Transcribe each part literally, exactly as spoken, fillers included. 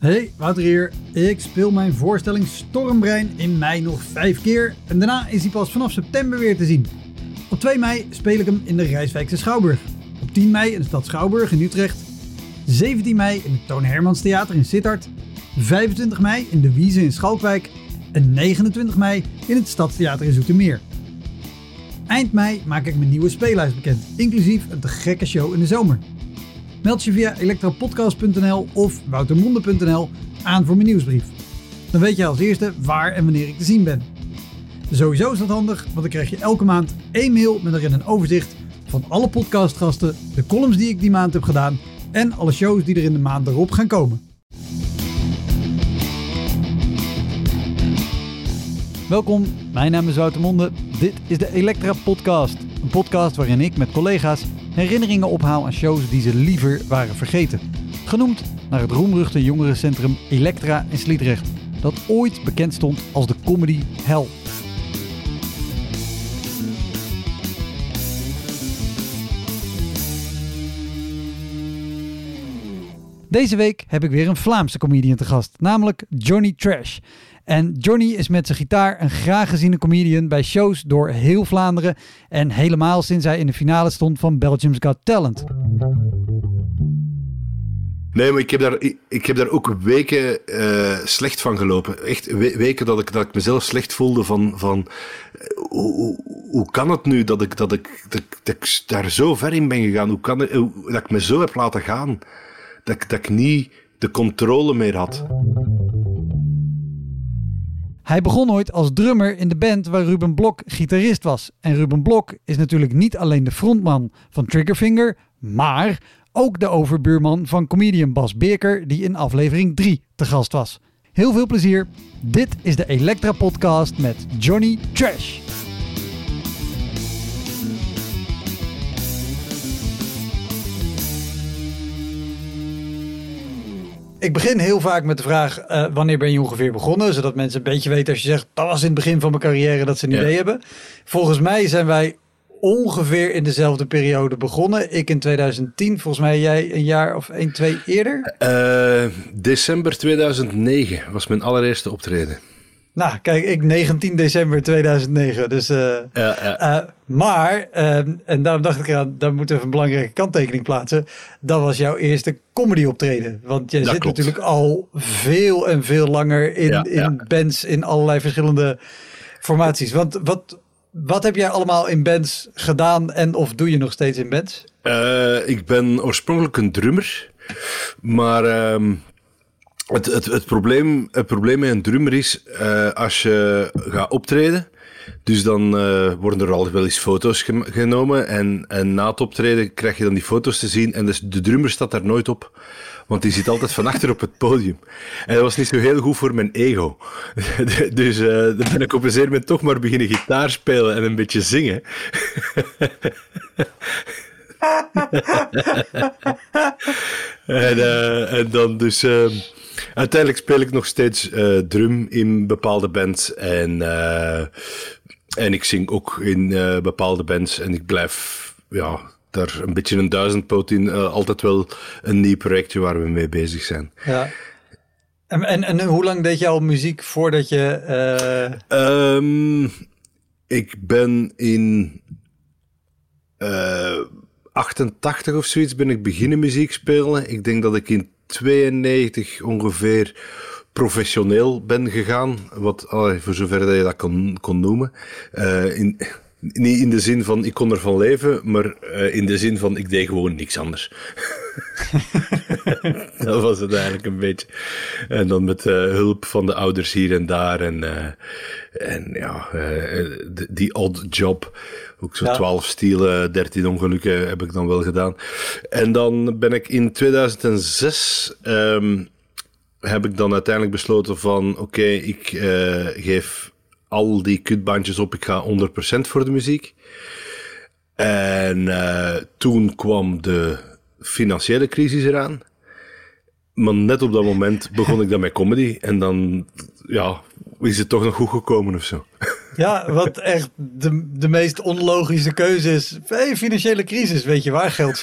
Hey, Wouter hier. Ik speel mijn voorstelling Stormbrein in mei nog vijf keer en daarna is hij pas vanaf september weer te zien. Op twee mei speel ik hem in de Rijswijkse Schouwburg. Op tien mei in de stad Schouwburg in Utrecht. zeventien mei in het Toon Hermans Theater in Sittard. vijfentwintig mei in de Wieze in Schalkwijk. En negenentwintig mei in het Stadstheater in Zoetermeer. Eind mei maak ik mijn nieuwe speellijst bekend, inclusief een te gekke show in de zomer. Meld je via elektrapodcast punt n l of woutermonde punt n l aan voor mijn nieuwsbrief. Dan weet je als eerste waar en wanneer ik te zien ben. Sowieso is dat handig, want dan krijg je elke maand één mail met erin een overzicht van alle podcastgasten, de columns die ik die maand heb gedaan en alle shows die er in de maand erop gaan komen. Welkom, mijn naam is Wouter Monde. Dit is de Elektra Podcast. Een podcast waarin ik met collega's herinneringen ophaal aan shows die ze liever waren vergeten. Genoemd naar het roemruchte jongerencentrum Elektra in Sliedrecht, dat ooit bekend stond als de comedy hell. Deze week heb ik weer een Vlaamse comedian te gast, namelijk Johnny Trash. En Johnny is met zijn gitaar een graag geziene comedian bij shows door heel Vlaanderen en helemaal sinds hij in de finale stond van Belgium's Got Talent. Nee, maar ik heb daar, ik, ik heb daar ook weken uh, slecht van gelopen. Echt we, weken dat ik, dat ik mezelf slecht voelde van, van uh, hoe, hoe, hoe kan het nu dat ik, dat, ik, dat, ik, dat ik daar zo ver in ben gegaan? Hoe kan het, hoe, dat ik me zo heb laten gaan? Dat ik, dat ik niet de controle meer had. Hij begon ooit als drummer in de band waar Ruben Blok gitarist was. En Ruben Blok is natuurlijk niet alleen de frontman van Triggerfinger, maar ook de overbuurman van comedian Bas Beerker, die in aflevering drie te gast was. Heel veel plezier. Dit is de Elektra Podcast met Johnny Trash. Ik begin heel vaak met de vraag, uh, wanneer ben je ongeveer begonnen? Zodat mensen een beetje weten als je zegt, dat was in het begin van mijn carrière, dat ze een ja. idee hebben. Volgens mij zijn wij ongeveer in dezelfde periode begonnen. Ik in tweeduizend tien, volgens mij jij een jaar of één, twee eerder? Uh, december tweeduizend negen was mijn allereerste optreden. Nou, kijk, ik negentien december tweeduizend negen. Dus, uh, ja, ja. Uh, maar, uh, en daarom dacht ik, ja, daar moeten we een belangrijke kanttekening plaatsen. Dat was jouw eerste comedy optreden. Want je zit klopt. natuurlijk al veel en veel langer in, ja, in ja. bands in allerlei verschillende formaties. Want wat, wat heb jij allemaal in bands gedaan en of doe je nog steeds in bands? Uh, ik ben oorspronkelijk een drummer, maar... Uh, Het, het, het, probleem, het probleem met een drummer is, uh, als je gaat optreden, dus dan uh, worden er al wel eens foto's ge- genomen en, en na het optreden krijg je dan die foto's te zien en dus de drummer staat daar nooit op, want die zit altijd van achter op het podium. En dat was niet zo heel goed voor mijn ego. Dus uh, dan ben ik op een zeer moment toch maar beginnen gitaar spelen en een beetje zingen. en, uh, en dan dus... Uh, Uiteindelijk speel ik nog steeds uh, drum in bepaalde bands en, uh, en ik zing ook in uh, bepaalde bands en ik blijf ja, daar een beetje een duizendpoot in. Uh, altijd wel een nieuw projectje waar we mee bezig zijn. Ja. En, en, en hoe lang deed je al muziek voordat je... Uh... Um, ik ben in uh, achtentachtig of zoiets ben ik beginnen muziek spelen. Ik denk dat ik in tweeënnegentig ongeveer professioneel ben gegaan, wat oh, voor zover dat je dat kon, kon noemen. Uh, in, niet in de zin van ik kon ervan leven, maar uh, in de zin van ik deed gewoon niks anders. Dat was het eigenlijk een beetje. En dan met uh, hulp van de ouders hier en daar en, uh, en ja, uh, die odd job. Ook zo twaalf ja. stielen, dertien ongelukken heb ik dan wel gedaan. En dan ben ik in tweeduizend zes... Um, heb ik dan uiteindelijk besloten van... Oké, okay, ik uh, geef al die kutbandjes op. Ik ga honderd procent voor de muziek. En uh, toen kwam de financiële crisis eraan. Maar net op dat moment begon ik dan met comedy. En dan ja, is het toch nog goed gekomen of zo. Ja, wat echt de, de meest onlogische keuze is. Hey, financiële crisis, weet je waar geld zit?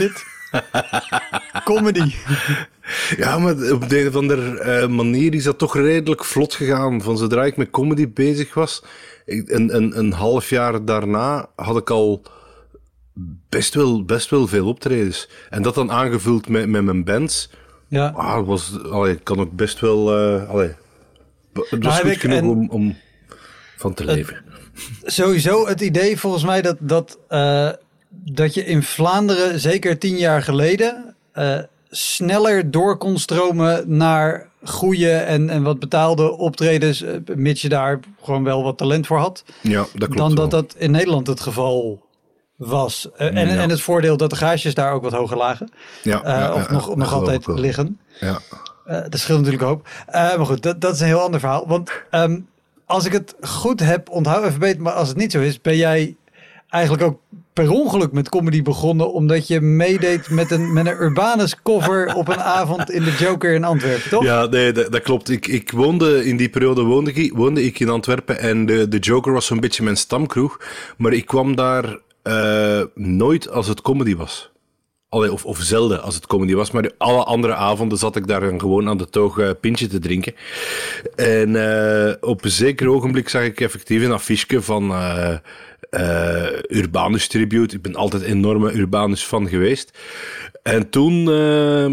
Comedy. Ja, maar op de een of andere uh, manier is dat toch redelijk vlot gegaan. Van zodra ik met comedy bezig was, ik, een, een, een half jaar daarna had ik al best wel, best wel veel optredens. En dat dan aangevuld met, met mijn bands. Ja. Ah, was, allee, kan ook best wel... Uh, allee, het was goed genoeg en... om, om van te leven. Het, sowieso het idee volgens mij dat, dat, uh, dat je in Vlaanderen, zeker tien jaar geleden... Uh, sneller door kon stromen naar goede en, en wat betaalde optredens, mits je daar gewoon wel wat talent voor had. Ja, dat klopt. Dan dat wel. dat in Nederland het geval was. Uh, en, ja. en het voordeel dat de gages daar ook wat hoger lagen. Ja, uh, ja, of ja, nog, ja, nog altijd liggen. Ja. Uh, dat scheelt natuurlijk ook. Uh, maar goed, dat, dat is een heel ander verhaal. Want um, als ik het goed heb, onthoud even beter, maar als het niet zo is, ben jij eigenlijk ook per ongeluk met comedy begonnen, omdat je meedeed met een, met een Urbanus cover op een avond in de Joker in Antwerpen, toch? Ja, nee, dat, dat klopt. Ik, ik woonde, in die periode woonde ik, woonde ik in Antwerpen en de, de Joker was zo'n beetje mijn stamkroeg, maar ik kwam daar uh, nooit als het comedy was. Allee, of, of zelden als het comedy was, maar alle andere avonden zat ik daar dan gewoon aan de toog uh, pintje te drinken. En uh, op een zeker ogenblik zag ik effectief een affiche van uh, uh, Urbanus Tribute. Ik ben altijd een enorme Urbanus fan geweest. En toen, uh,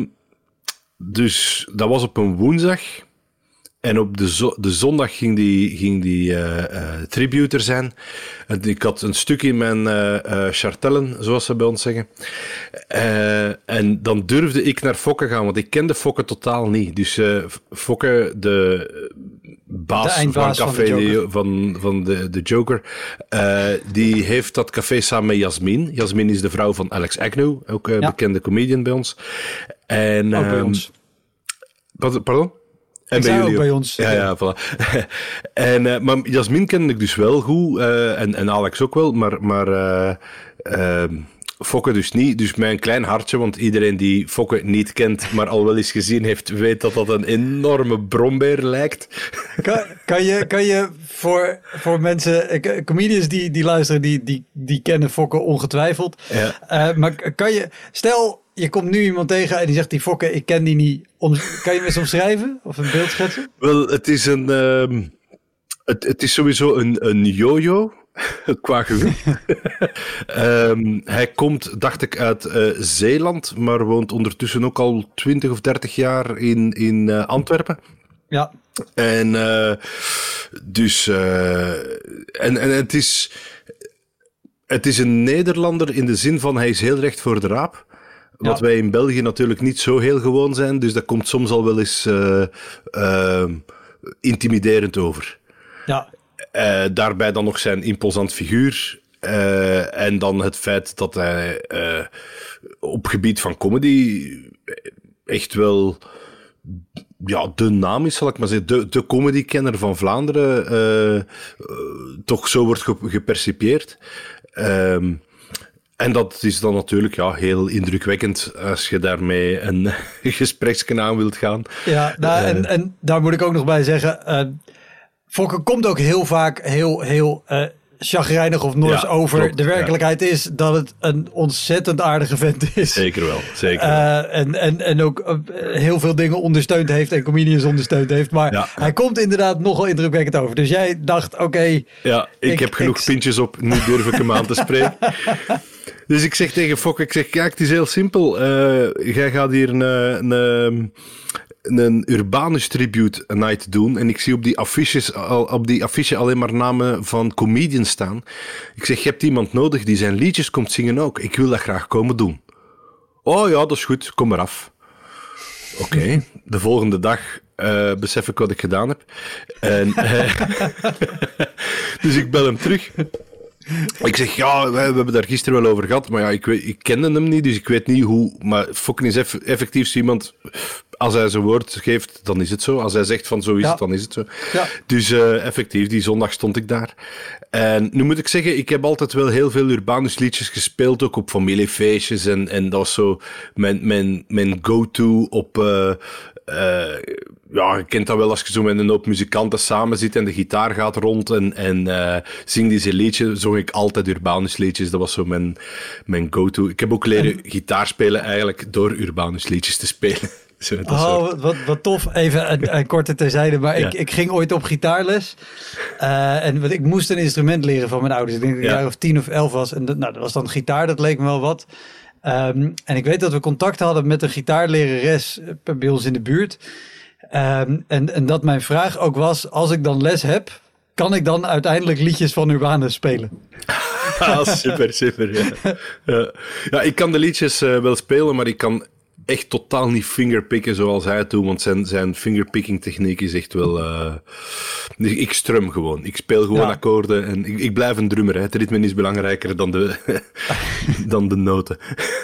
dus dat was op een woensdag. En op de, zo- de zondag ging die, ging die uh, uh, tribute er zijn. En ik had een stuk in mijn uh, uh, chartellen, zoals ze bij ons zeggen. Uh, en dan durfde ik naar Fokke gaan, want ik kende Fokke totaal niet. Dus uh, Fokke, de baas de van, café, van, de die, van, van de, de Joker, uh, die heeft dat café samen met Jasmin. Jasmin is de vrouw van Alex Agnew, ook een ja. bekende comedian bij ons. En, ook bij um, ons. Pardon? En ik bij jullie ook bij ons. Ja, ja, voilà. en, uh, maar Jasmin kende ik dus wel goed, uh, en, en Alex ook wel, maar, maar uh, uh, Fokke dus niet. Dus mijn klein hartje, want iedereen die Fokke niet kent, maar al wel eens gezien heeft, weet dat dat een enorme brombeer lijkt. kan, kan, je, kan je voor, voor mensen, comedians die, die luisteren, die, die, die kennen Fokke ongetwijfeld. Ja. Uh, maar kan je, stel... Je komt nu iemand tegen en die zegt, die Fokke, ik ken die niet. Om, kan je me eens omschrijven? Of een beeld schetsen? Wel, het is een... Uh, het, het is sowieso een, een yo-yo, qua gewicht. um, hij komt, dacht ik, uit uh, Zeeland, maar woont ondertussen ook al twintig of dertig jaar in, in uh, Antwerpen. Ja. En uh, dus... Uh, en, en het is... Het is een Nederlander in de zin van, hij is heel recht voor de raap. Wat ja. wij in België natuurlijk niet zo heel gewoon zijn. Dus dat komt soms al wel eens uh, uh, intimiderend over. Ja. Uh, daarbij dan nog zijn imposant figuur. Uh, en dan het feit dat hij uh, op gebied van comedy echt wel... Ja, de naam is, zal ik maar zeggen, de, de comedy-kenner van Vlaanderen uh, uh, toch zo wordt ge- gepercipieerd. Um, En dat is dan natuurlijk ja, heel indrukwekkend als je daarmee een gespreksje aan wilt gaan. Ja, nou, uh, en, en daar moet ik ook nog bij zeggen, uh, Fokke komt ook heel vaak heel, heel uh, chagrijnig of nors ja, over. Klopt, de werkelijkheid ja. is dat het een ontzettend aardige vent is. Zeker wel, zeker uh, wel. En, en, en ook uh, heel veel dingen ondersteund heeft en comedians ondersteund heeft. Maar ja. hij komt inderdaad nogal indrukwekkend over. Dus jij dacht, oké... Okay, ja, ik, ik heb genoeg ik... pintjes op, nu durf ik hem aan te spreken. Dus ik zeg tegen Fokke, ik zeg, ja, het is heel simpel. Uh, jij gaat hier een, een, een Urbanus Tribute night doen. En ik zie op die, affiches, op die affiche alleen maar namen van comedians staan. Ik zeg, je hebt iemand nodig die zijn liedjes komt zingen ook. Ik wil dat graag komen doen. Oh ja, dat is goed, kom maar af. Oké, okay. De volgende dag uh, besef ik wat ik gedaan heb. En, uh, dus ik bel hem terug. Ik zeg, ja, we hebben daar gisteren wel over gehad, maar ja, ik, weet, ik kende hem niet, dus ik weet niet hoe... Maar Fokke is eff, effectief zo iemand, als hij zijn woord geeft, dan is het zo. Als hij zegt van zo is ja. het, dan is het zo. Ja. Dus uh, effectief, die zondag stond ik daar. En nu moet ik zeggen, ik heb altijd wel heel veel Urbanus liedjes gespeeld, ook op familiefeestjes. En, en dat was zo mijn, mijn, mijn go-to op... Uh, uh, ja, je kent dat wel als je zo met een hoop muzikanten samen zit en de gitaar gaat rond en, en uh, zingt die zijn liedje, zong ik altijd Urbanus liedjes. Dat was zo mijn, mijn go-to. Ik heb ook leren en... gitaar spelen eigenlijk door Urbanus liedjes te spelen. Zo, oh, wat, wat, wat tof. Even een, een korte terzijde, maar ja. ik, ik ging ooit op gitaarles. Uh, en ik moest een instrument leren van mijn ouders. Ik denk dat ik ja. jaar of tien of elf was. En dat, nou, dat was dan gitaar, dat leek me wel wat. Um, en ik weet dat we contact hadden met een gitaarlerares bij ons in de buurt. Um, en, en dat mijn vraag ook was, als ik dan les heb, kan ik dan uiteindelijk liedjes van Urbanus spelen? Ah, super, super. Ja. Ja. ja, ik kan de liedjes uh, wel spelen, maar ik kan echt totaal niet fingerpicken zoals hij het doet, want zijn, zijn fingerpicking techniek is echt wel... Uh, ik strum gewoon. Ik speel gewoon ja. akkoorden en ik, ik blijf een drummer. Hè. Het ritme is belangrijker dan de, dan de noten.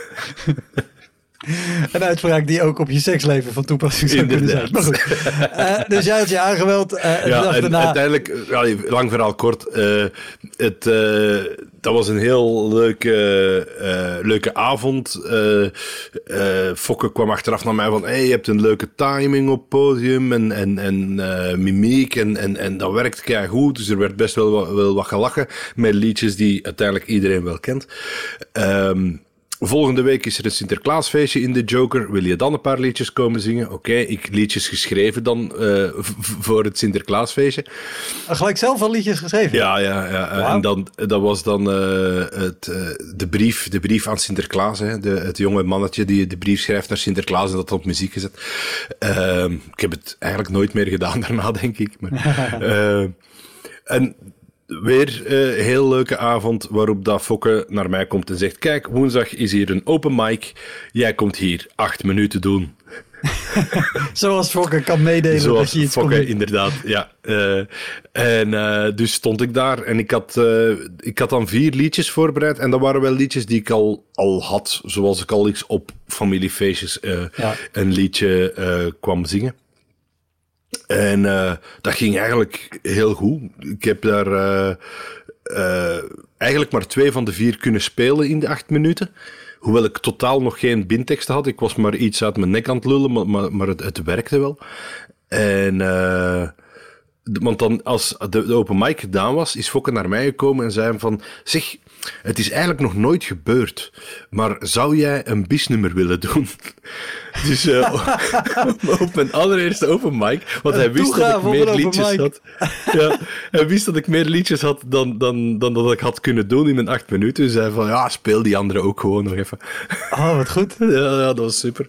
Een uitspraak die ook op je seksleven van toepassing zou kunnen zijn. Maar goed. Uh, dus jij had je aangemeld. Uh, ja, en daarna... uiteindelijk, ja, lang verhaal kort. Uh, het, uh, dat was een heel leuke, uh, leuke avond. Uh, uh, Fokke kwam achteraf naar mij van, hey, je hebt een leuke timing op het podium en, en, en uh, mimiek en, en, en dat werkt keigoed. Dus er werd best wel wat, wel wat gelachen met liedjes die uiteindelijk iedereen wel kent. Um, Volgende week is er een Sinterklaasfeestje in de Joker. Wil je dan een paar liedjes komen zingen? Oké, okay, ik liedjes geschreven dan uh, v- voor het Sinterklaasfeestje. Gelijk zelf al liedjes geschreven? Ja, ja, ja. Wow. En dan, dat was dan uh, het, uh, de, brief, de brief aan Sinterklaas. Hè? De, het jonge mannetje die de brief schrijft naar Sinterklaas en dat op muziek gezet. Uh, ik heb het eigenlijk nooit meer gedaan daarna, denk ik. Maar, uh, en... Weer een uh, heel leuke avond waarop dat Fokke naar mij komt en zegt, kijk, woensdag is hier een open mic. Jij komt hier acht minuten doen. Zoals Fokke kan meedelen. Zoals dat je iets Fokke, inderdaad, ja. Uh, en uh, dus stond ik daar en ik had, uh, ik had dan vier liedjes voorbereid. En dat waren wel liedjes die ik al, al had. Zoals ik al eens op familiefeestjes uh, ja. een liedje uh, kwam zingen. En uh, dat ging eigenlijk heel goed. Ik heb daar uh, uh, eigenlijk maar twee van de vier kunnen spelen in de acht minuten. Hoewel ik totaal nog geen bintekst had. Ik was maar iets uit mijn nek aan het lullen, maar, maar, maar het, het werkte wel. En... Uh, want dan, als de, de open mic gedaan was, is Fokke naar mij gekomen en zei van... Zeg, het is eigenlijk nog nooit gebeurd, maar zou jij een bisnummer willen doen? Dus uh, op mijn allereerste open mic, want hij wist dat ik meer liedjes had. Ja, hij wist dat ik meer liedjes had dan, dan, dan dat ik had kunnen doen in mijn acht minuten. Dus hij zei van, ja, speel die andere ook gewoon nog even. Oh, wat goed. Ja, ja, dat was super.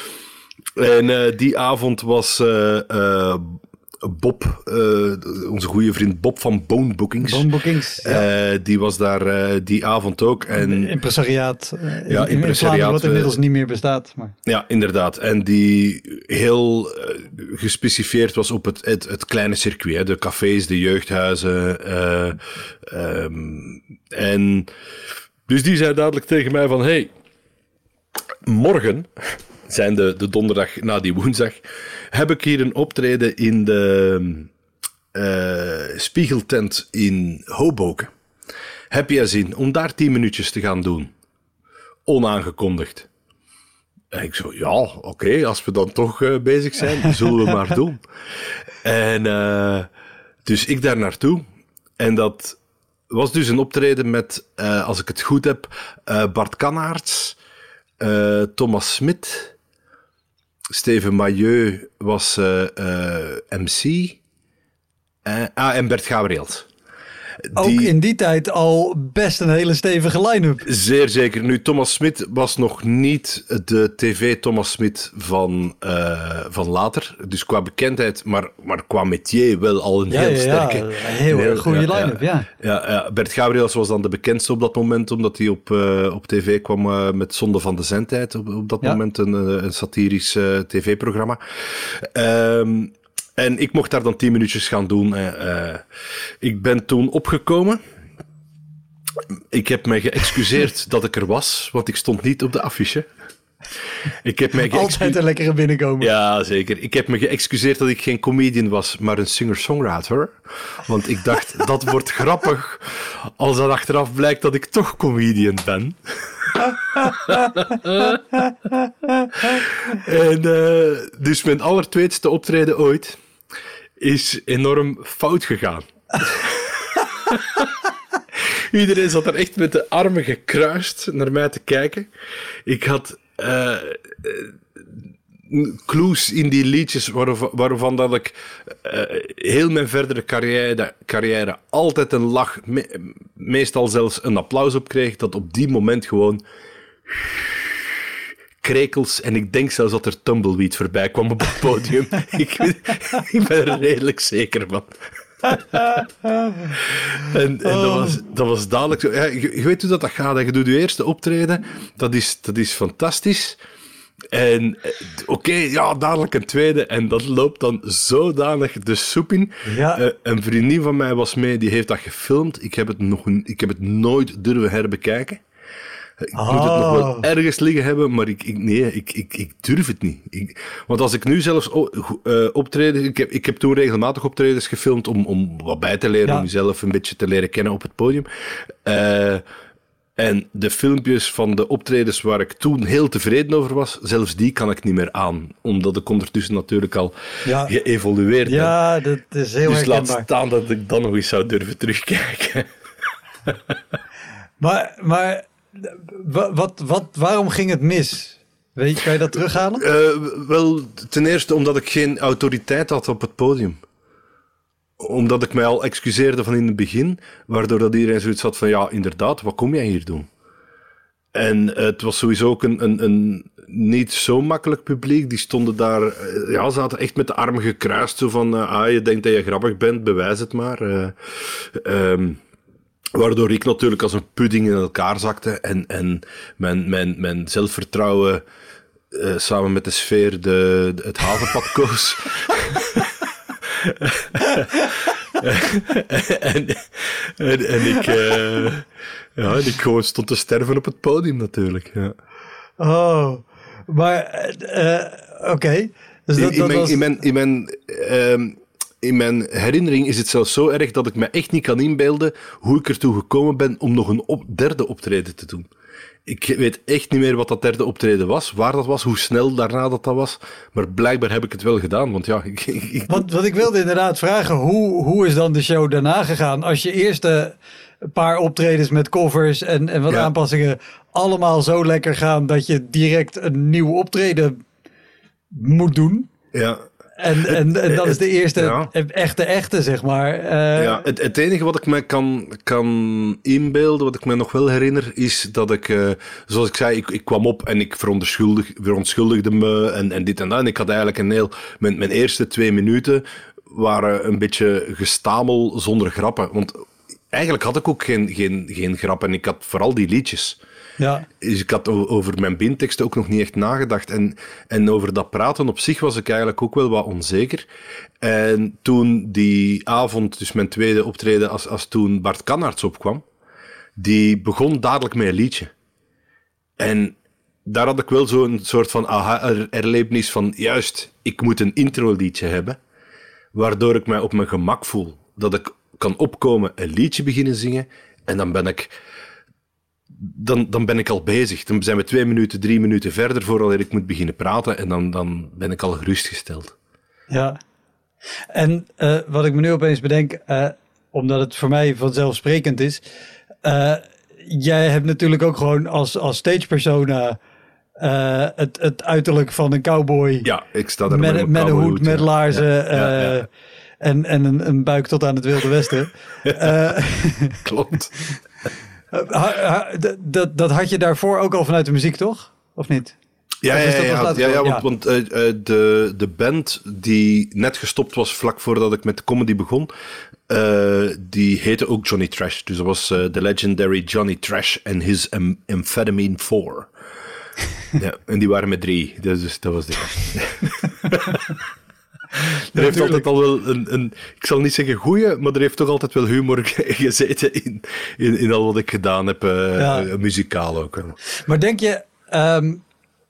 En uh, die avond was... Uh, uh, Bob, uh, onze goede vriend Bob van Bone Bookings. Bone Bookings, ja. uh, die was daar uh, die avond ook. En, impresariaat. Uh, ja, in, impresariaat. In wat inmiddels niet meer bestaat. Maar. Ja, inderdaad. En die heel uh, gespecifieerd was op het, het, het kleine circuit. Hè. De cafés, de jeugdhuizen. Uh, um, en dus die zei dadelijk tegen mij van... Hey, morgen... zijn de, de donderdag na die woensdag, heb ik hier een optreden in de uh, Spiegeltent in Hoboken. Heb jij zin om daar tien minuutjes te gaan doen? Onaangekondigd. En ik zo, ja, oké, okay, als we dan toch uh, bezig zijn, zullen we maar doen. En uh, dus ik daar naartoe. En dat was dus een optreden met, uh, als ik het goed heb, uh, Bart Kannaerts, uh, Thomas Smit... Steven Mailleu was uh, uh, M C. Uh, ah, en Bert Gabriels. Ook die, in die tijd al best een hele stevige line-up. Zeer zeker. Nu, Thomas Smit was nog niet de tv-Thomas Smit van, uh, van later. Dus qua bekendheid, maar, maar qua métier wel al een ja, heel ja, sterke... Ja, een heel, heel goede ja, line-up, ja. Ja, ja, ja. Bert Gabriels was dan de bekendste op dat moment, omdat hij op, uh, op tv kwam uh, met Zonde van de Zendtijd. Op, op dat ja. moment een, een satirisch uh, tv-programma. Um, En ik mocht daar dan tien minuutjes gaan doen. Uh, ik ben toen opgekomen. Ik heb mij geëxcuseerd dat ik er was, want ik stond niet op de affiche. Ik heb mij geëxcu- Altijd een lekkere binnenkomen. Ja, zeker. Ik heb me geëxcuseerd dat ik geen comedian was, maar een singer-songwriter. Want ik dacht, dat wordt grappig als dan achteraf blijkt dat ik toch comedian ben. en uh, dus mijn allertweetste optreden ooit is enorm fout gegaan. Iedereen zat er echt met de armen gekruist naar mij te kijken. Ik had uh, clues in die liedjes waarvan, waarvan dat ik uh, heel mijn verdere carrière, carrière altijd een lach, me, meestal zelfs een applaus op kreeg, dat op die moment gewoon krekels en ik denk zelfs dat er tumbleweed voorbij kwam op het podium. ik, ik ben er redelijk zeker van. en en oh. dat, was, dat was dadelijk zo. Ja, je, je weet hoe dat, dat gaat. Hè. Je doet je eerste optreden. Dat is, dat is fantastisch. En oké, okay, ja, dadelijk een tweede. En dat loopt dan zodanig de soep in. Ja. Uh, een vriendin van mij was mee, die heeft dat gefilmd. Ik heb het, nog, ik heb het nooit durven herbekijken. Ik oh. moet het nog wel ergens liggen hebben, maar ik, ik, nee, ik, ik, ik durf het niet. Ik, want als ik nu zelfs uh, optreden... Ik heb, ik heb toen regelmatig optredens gefilmd om, om wat bij te leren, ja. om jezelf een beetje te leren kennen op het podium. Uh, en de filmpjes van de optredens waar ik toen heel tevreden over was, zelfs die kan ik niet meer aan. Omdat ik ondertussen natuurlijk al ja. geëvolueerd ben. Ja, dat is heel dus herkenbaar. Dus laat staan dat ik dan nog eens zou durven terugkijken. maar... maar... Wat, wat, waarom ging het mis? Weet je, kan je dat terughalen? Uh, wel, ten eerste omdat ik geen autoriteit had op het podium. Omdat ik mij al excuseerde van in het begin, waardoor dat iedereen zoiets had van, ja, inderdaad, wat kom jij hier doen? En uh, het was sowieso ook een, een, een niet zo makkelijk publiek. Die stonden daar, uh, ja, zaten echt met de armen gekruist, zo van, uh, ah, je denkt dat je grappig bent, bewijs het maar. Uh, um, Waardoor ik natuurlijk als een pudding in elkaar zakte en, en mijn, mijn, mijn zelfvertrouwen uh, samen met de sfeer de, de, het havenpad koos. en, en, en, ik, uh, ja, en ik gewoon stond te sterven op het podium natuurlijk. Ja. Oh, maar uh, oké. Okay. Dus in, in, was... in mijn... In mijn um, In mijn herinnering is het zelfs zo erg dat ik me echt niet kan inbeelden hoe ik ertoe gekomen ben om nog een op, derde optreden te doen. Ik weet echt niet meer wat dat derde optreden was, waar dat was, hoe snel daarna dat dat was. Maar blijkbaar heb ik het wel gedaan, want ja... Ik, ik... Want, wat ik wilde inderdaad vragen, hoe, hoe is dan de show daarna gegaan? Als je eerst een paar optredens met covers en, en wat ja. aanpassingen allemaal zo lekker gaan dat je direct een nieuw optreden moet doen... Ja. En, en, en dat is de eerste ja. echte, echte, zeg maar. Uh... Ja, het, het enige wat ik me kan, kan inbeelden, wat ik me nog wel herinner, is dat ik, uh, zoals ik zei, ik, ik kwam op en ik verontschuldig, verontschuldigde me en, en dit en dat. En ik had eigenlijk een heel... Mijn, mijn eerste twee minuten waren een beetje gestamel zonder grappen. Want eigenlijk had ik ook geen, geen, geen grap en ik had vooral die liedjes. Ja. Dus ik had over mijn bindteksten ook nog niet echt nagedacht. En, en over dat praten op zich was ik eigenlijk ook wel wat onzeker. En toen die avond, dus mijn tweede optreden, als, als toen Bart Kannaerts opkwam, die begon dadelijk met een liedje. En daar had ik wel zo'n soort van aha-erlevenis van, juist, ik moet een intro-liedje hebben, waardoor ik mij op mijn gemak voel. Dat ik kan opkomen, een liedje beginnen zingen, en dan ben ik... Dan, dan ben ik al bezig. Dan zijn we twee minuten, drie minuten verder voordat ik moet beginnen praten en dan, dan ben ik al gerustgesteld. Ja. En uh, wat ik me nu opeens bedenk, uh, omdat het voor mij vanzelfsprekend is, uh, jij hebt natuurlijk ook gewoon als, als stagepersona uh, het, het uiterlijk van een cowboy. Ja, ik sta daar met, met, met een hoed, met ja. laarzen ja, ja, ja. Uh, en, en een, een buik tot aan het Wilde Westen. uh, Klopt. Uh, ha, ha, d- d- dat had je daarvoor ook al vanuit de muziek, toch? Of niet? Ja, of ja, ja, ja, ja, ja, want, ja. want uh, uh, de, de band die net gestopt was vlak voordat ik met de comedy begon, uh, die heette ook Johnny Trash. Dus dat was uh, de legendary Johnny Trash and his am- Amphetamine four. Ja, en die waren met drie, dus dat was dit. Er heeft altijd al wel een, een, ik zal niet zeggen goeie, maar er heeft toch altijd wel humor gezeten in, in, in al wat ik gedaan heb, uh, ja. uh, muzikaal ook. Maar denk je, um,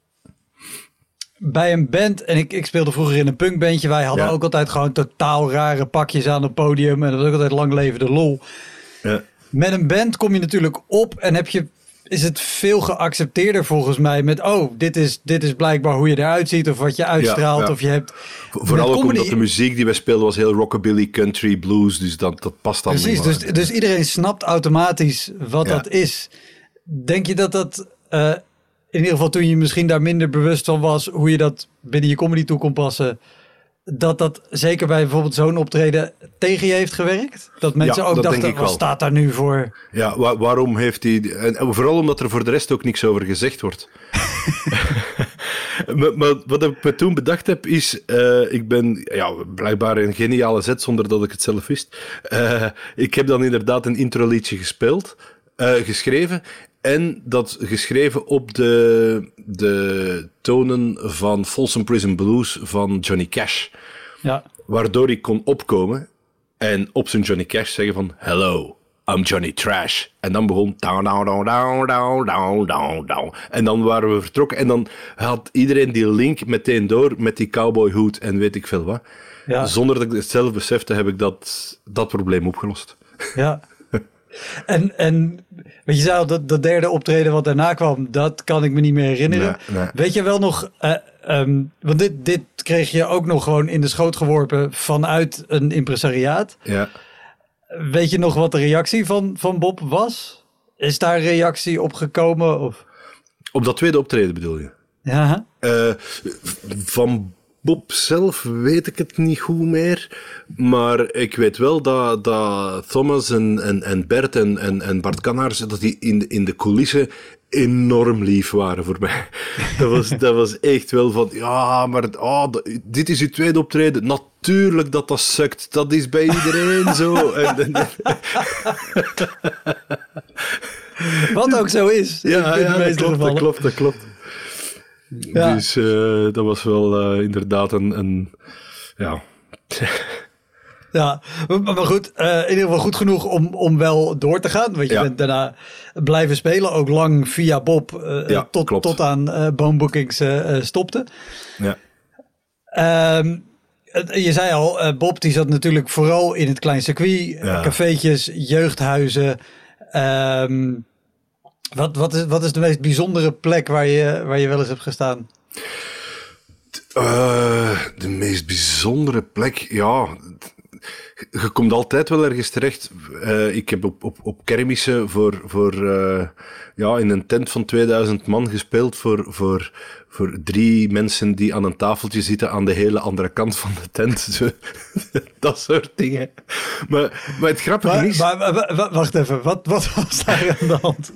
bij een band, en ik, ik speelde vroeger in een punkbandje, wij hadden ja. ook altijd gewoon totaal rare pakjes aan het podium en dat was ook altijd lang leven de lol. Ja. Met een band kom je natuurlijk op en heb je is het veel geaccepteerder volgens mij met, oh, dit is, dit is blijkbaar hoe je eruit ziet of wat je uitstraalt. Ja, ja. Of je hebt Vooral ook comedy... omdat de muziek die wij speelden was heel rockabilly, country, blues, dus dat, dat past dan. Precies, dus, dus iedereen snapt automatisch wat ja. dat is. Denk je dat dat, uh, in ieder geval toen je misschien daar minder bewust van was, hoe je dat binnen je comedy toe kon passen, dat dat zeker bij bijvoorbeeld zo'n optreden tegen je heeft gewerkt? Dat mensen ja, ook dat dachten, wat staat daar nu voor? Ja, wa- waarom heeft hij... En vooral omdat er voor de rest ook niks over gezegd wordt. maar, maar wat ik me toen bedacht heb is, uh, ik ben ja, blijkbaar een geniale zet zonder dat ik het zelf wist. Uh, ik heb dan inderdaad een introliedje gespeeld, uh, geschreven. En dat geschreven op de, de tonen van Folsom Prison Blues van Johnny Cash. Ja. Waardoor ik kon opkomen en op zijn Johnny Cash zeggen van... Hello, I'm Johnny Trash. En dan begon... Down, down, down, down, down, down, down, down. En dan waren we vertrokken. En dan had iedereen die link meteen door met die cowboyhoed en weet ik veel wat. Ja. Zonder dat ik het zelf besefte, heb ik dat, dat probleem opgelost. Ja. En, en weet je, zei al, dat, dat derde optreden wat daarna kwam, dat kan ik me niet meer herinneren. Nee, nee. Weet je wel nog, uh, um, want dit, dit kreeg je ook nog gewoon in de schoot geworpen vanuit een impresariaat. Ja. Weet je nog wat de reactie van, van Bob was? Is daar een reactie op gekomen? Of? Op dat tweede optreden bedoel je? Ja. Uh, van Bob zelf weet ik het niet goed meer, maar ik weet wel dat, dat Thomas en, en, en Bert en, en, en Bart Kannaars, dat die in, in de coulissen enorm lief waren voor mij. Dat was, dat was echt wel van, ja, maar oh, dit is uw tweede optreden. Natuurlijk dat dat sukt. Dat is bij iedereen zo. En, en, wat ook zo is. Ja, ja dat, klopt, dat klopt, dat klopt. Ja. Dus uh, dat was wel uh, inderdaad een... een ja... Ja, maar, maar goed, uh, in ieder geval goed genoeg om, om wel door te gaan. Want je ja. bent daarna blijven spelen, ook lang via Bob, uh, ja, tot, tot aan uh, Bone Bookings uh, stopte. Ja. Uh, je zei al, uh, Bob die zat natuurlijk vooral in het klein circuit, ja. cafeetjes, jeugdhuizen. Uh, wat, wat, is, wat is de meest bijzondere plek waar je, waar je wel eens hebt gestaan? Uh, de meest bijzondere plek, ja... Je komt altijd wel ergens terecht. Uh, ik heb op, op, op kermissen voor, voor uh, ja, in een tent van tweeduizend man gespeeld voor, voor, voor drie mensen die aan een tafeltje zitten aan de hele andere kant van de tent. Dat soort dingen. Maar, maar het grappige maar, is... Maar, maar, wacht even, wat, wat was daar aan de hand?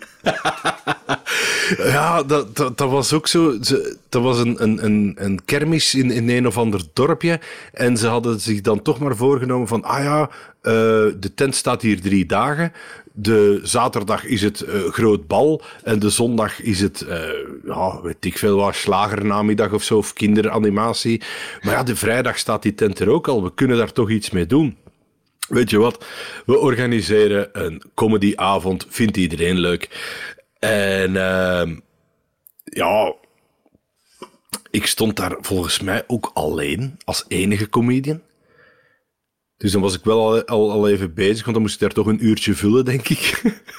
Ja, dat, dat, dat was ook zo. Ze, dat was een, een, een, een kermis in, in een of ander dorpje. En ze hadden zich dan toch maar voorgenomen van... Ah ja, uh, de tent staat hier drie dagen. De zaterdag is het uh, groot bal. En de zondag is het, uh, ja, weet ik veel wat, slagernamiddag of zo. Of kinderanimatie. Maar ja, de vrijdag staat die tent er ook al. We kunnen daar toch iets mee doen. Weet je wat? We organiseren een comedyavond. Vindt iedereen leuk. En uh, ja, ik stond daar volgens mij ook alleen, als enige comedian. Dus dan was ik wel al, al, al even bezig, want dan moest ik daar toch een uurtje vullen, denk ik.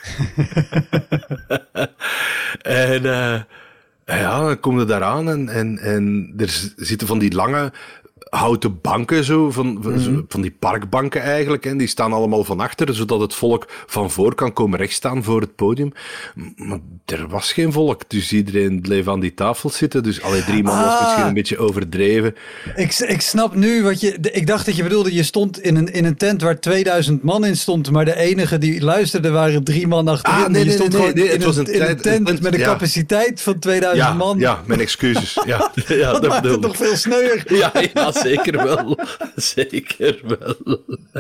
en uh, ja, dan kom je daar aan en, en, en er zitten van die lange... houten banken, zo, van, mm-hmm. van die parkbanken eigenlijk. Hè. Die staan allemaal van achter, zodat het volk van voor kan komen rechtstaan voor het podium. Maar er was geen volk, dus iedereen bleef aan die tafel zitten. Dus alle drie man ah, was misschien een beetje overdreven. Ik, ik snap nu wat je... Ik dacht dat je bedoelde, je stond in een, in een tent waar tweeduizend man in stond, maar de enige die luisterde waren drie man achterin. Ah, nee, je nee, stond nee, nee, nee, in, het was een, in een tent, tent met een ja. capaciteit van tweeduizend ja, man. Ja, mijn excuses. Ja, ja, dat, dat maakt het nog veel sneuier. Ja, ja, zeker wel. Zeker wel.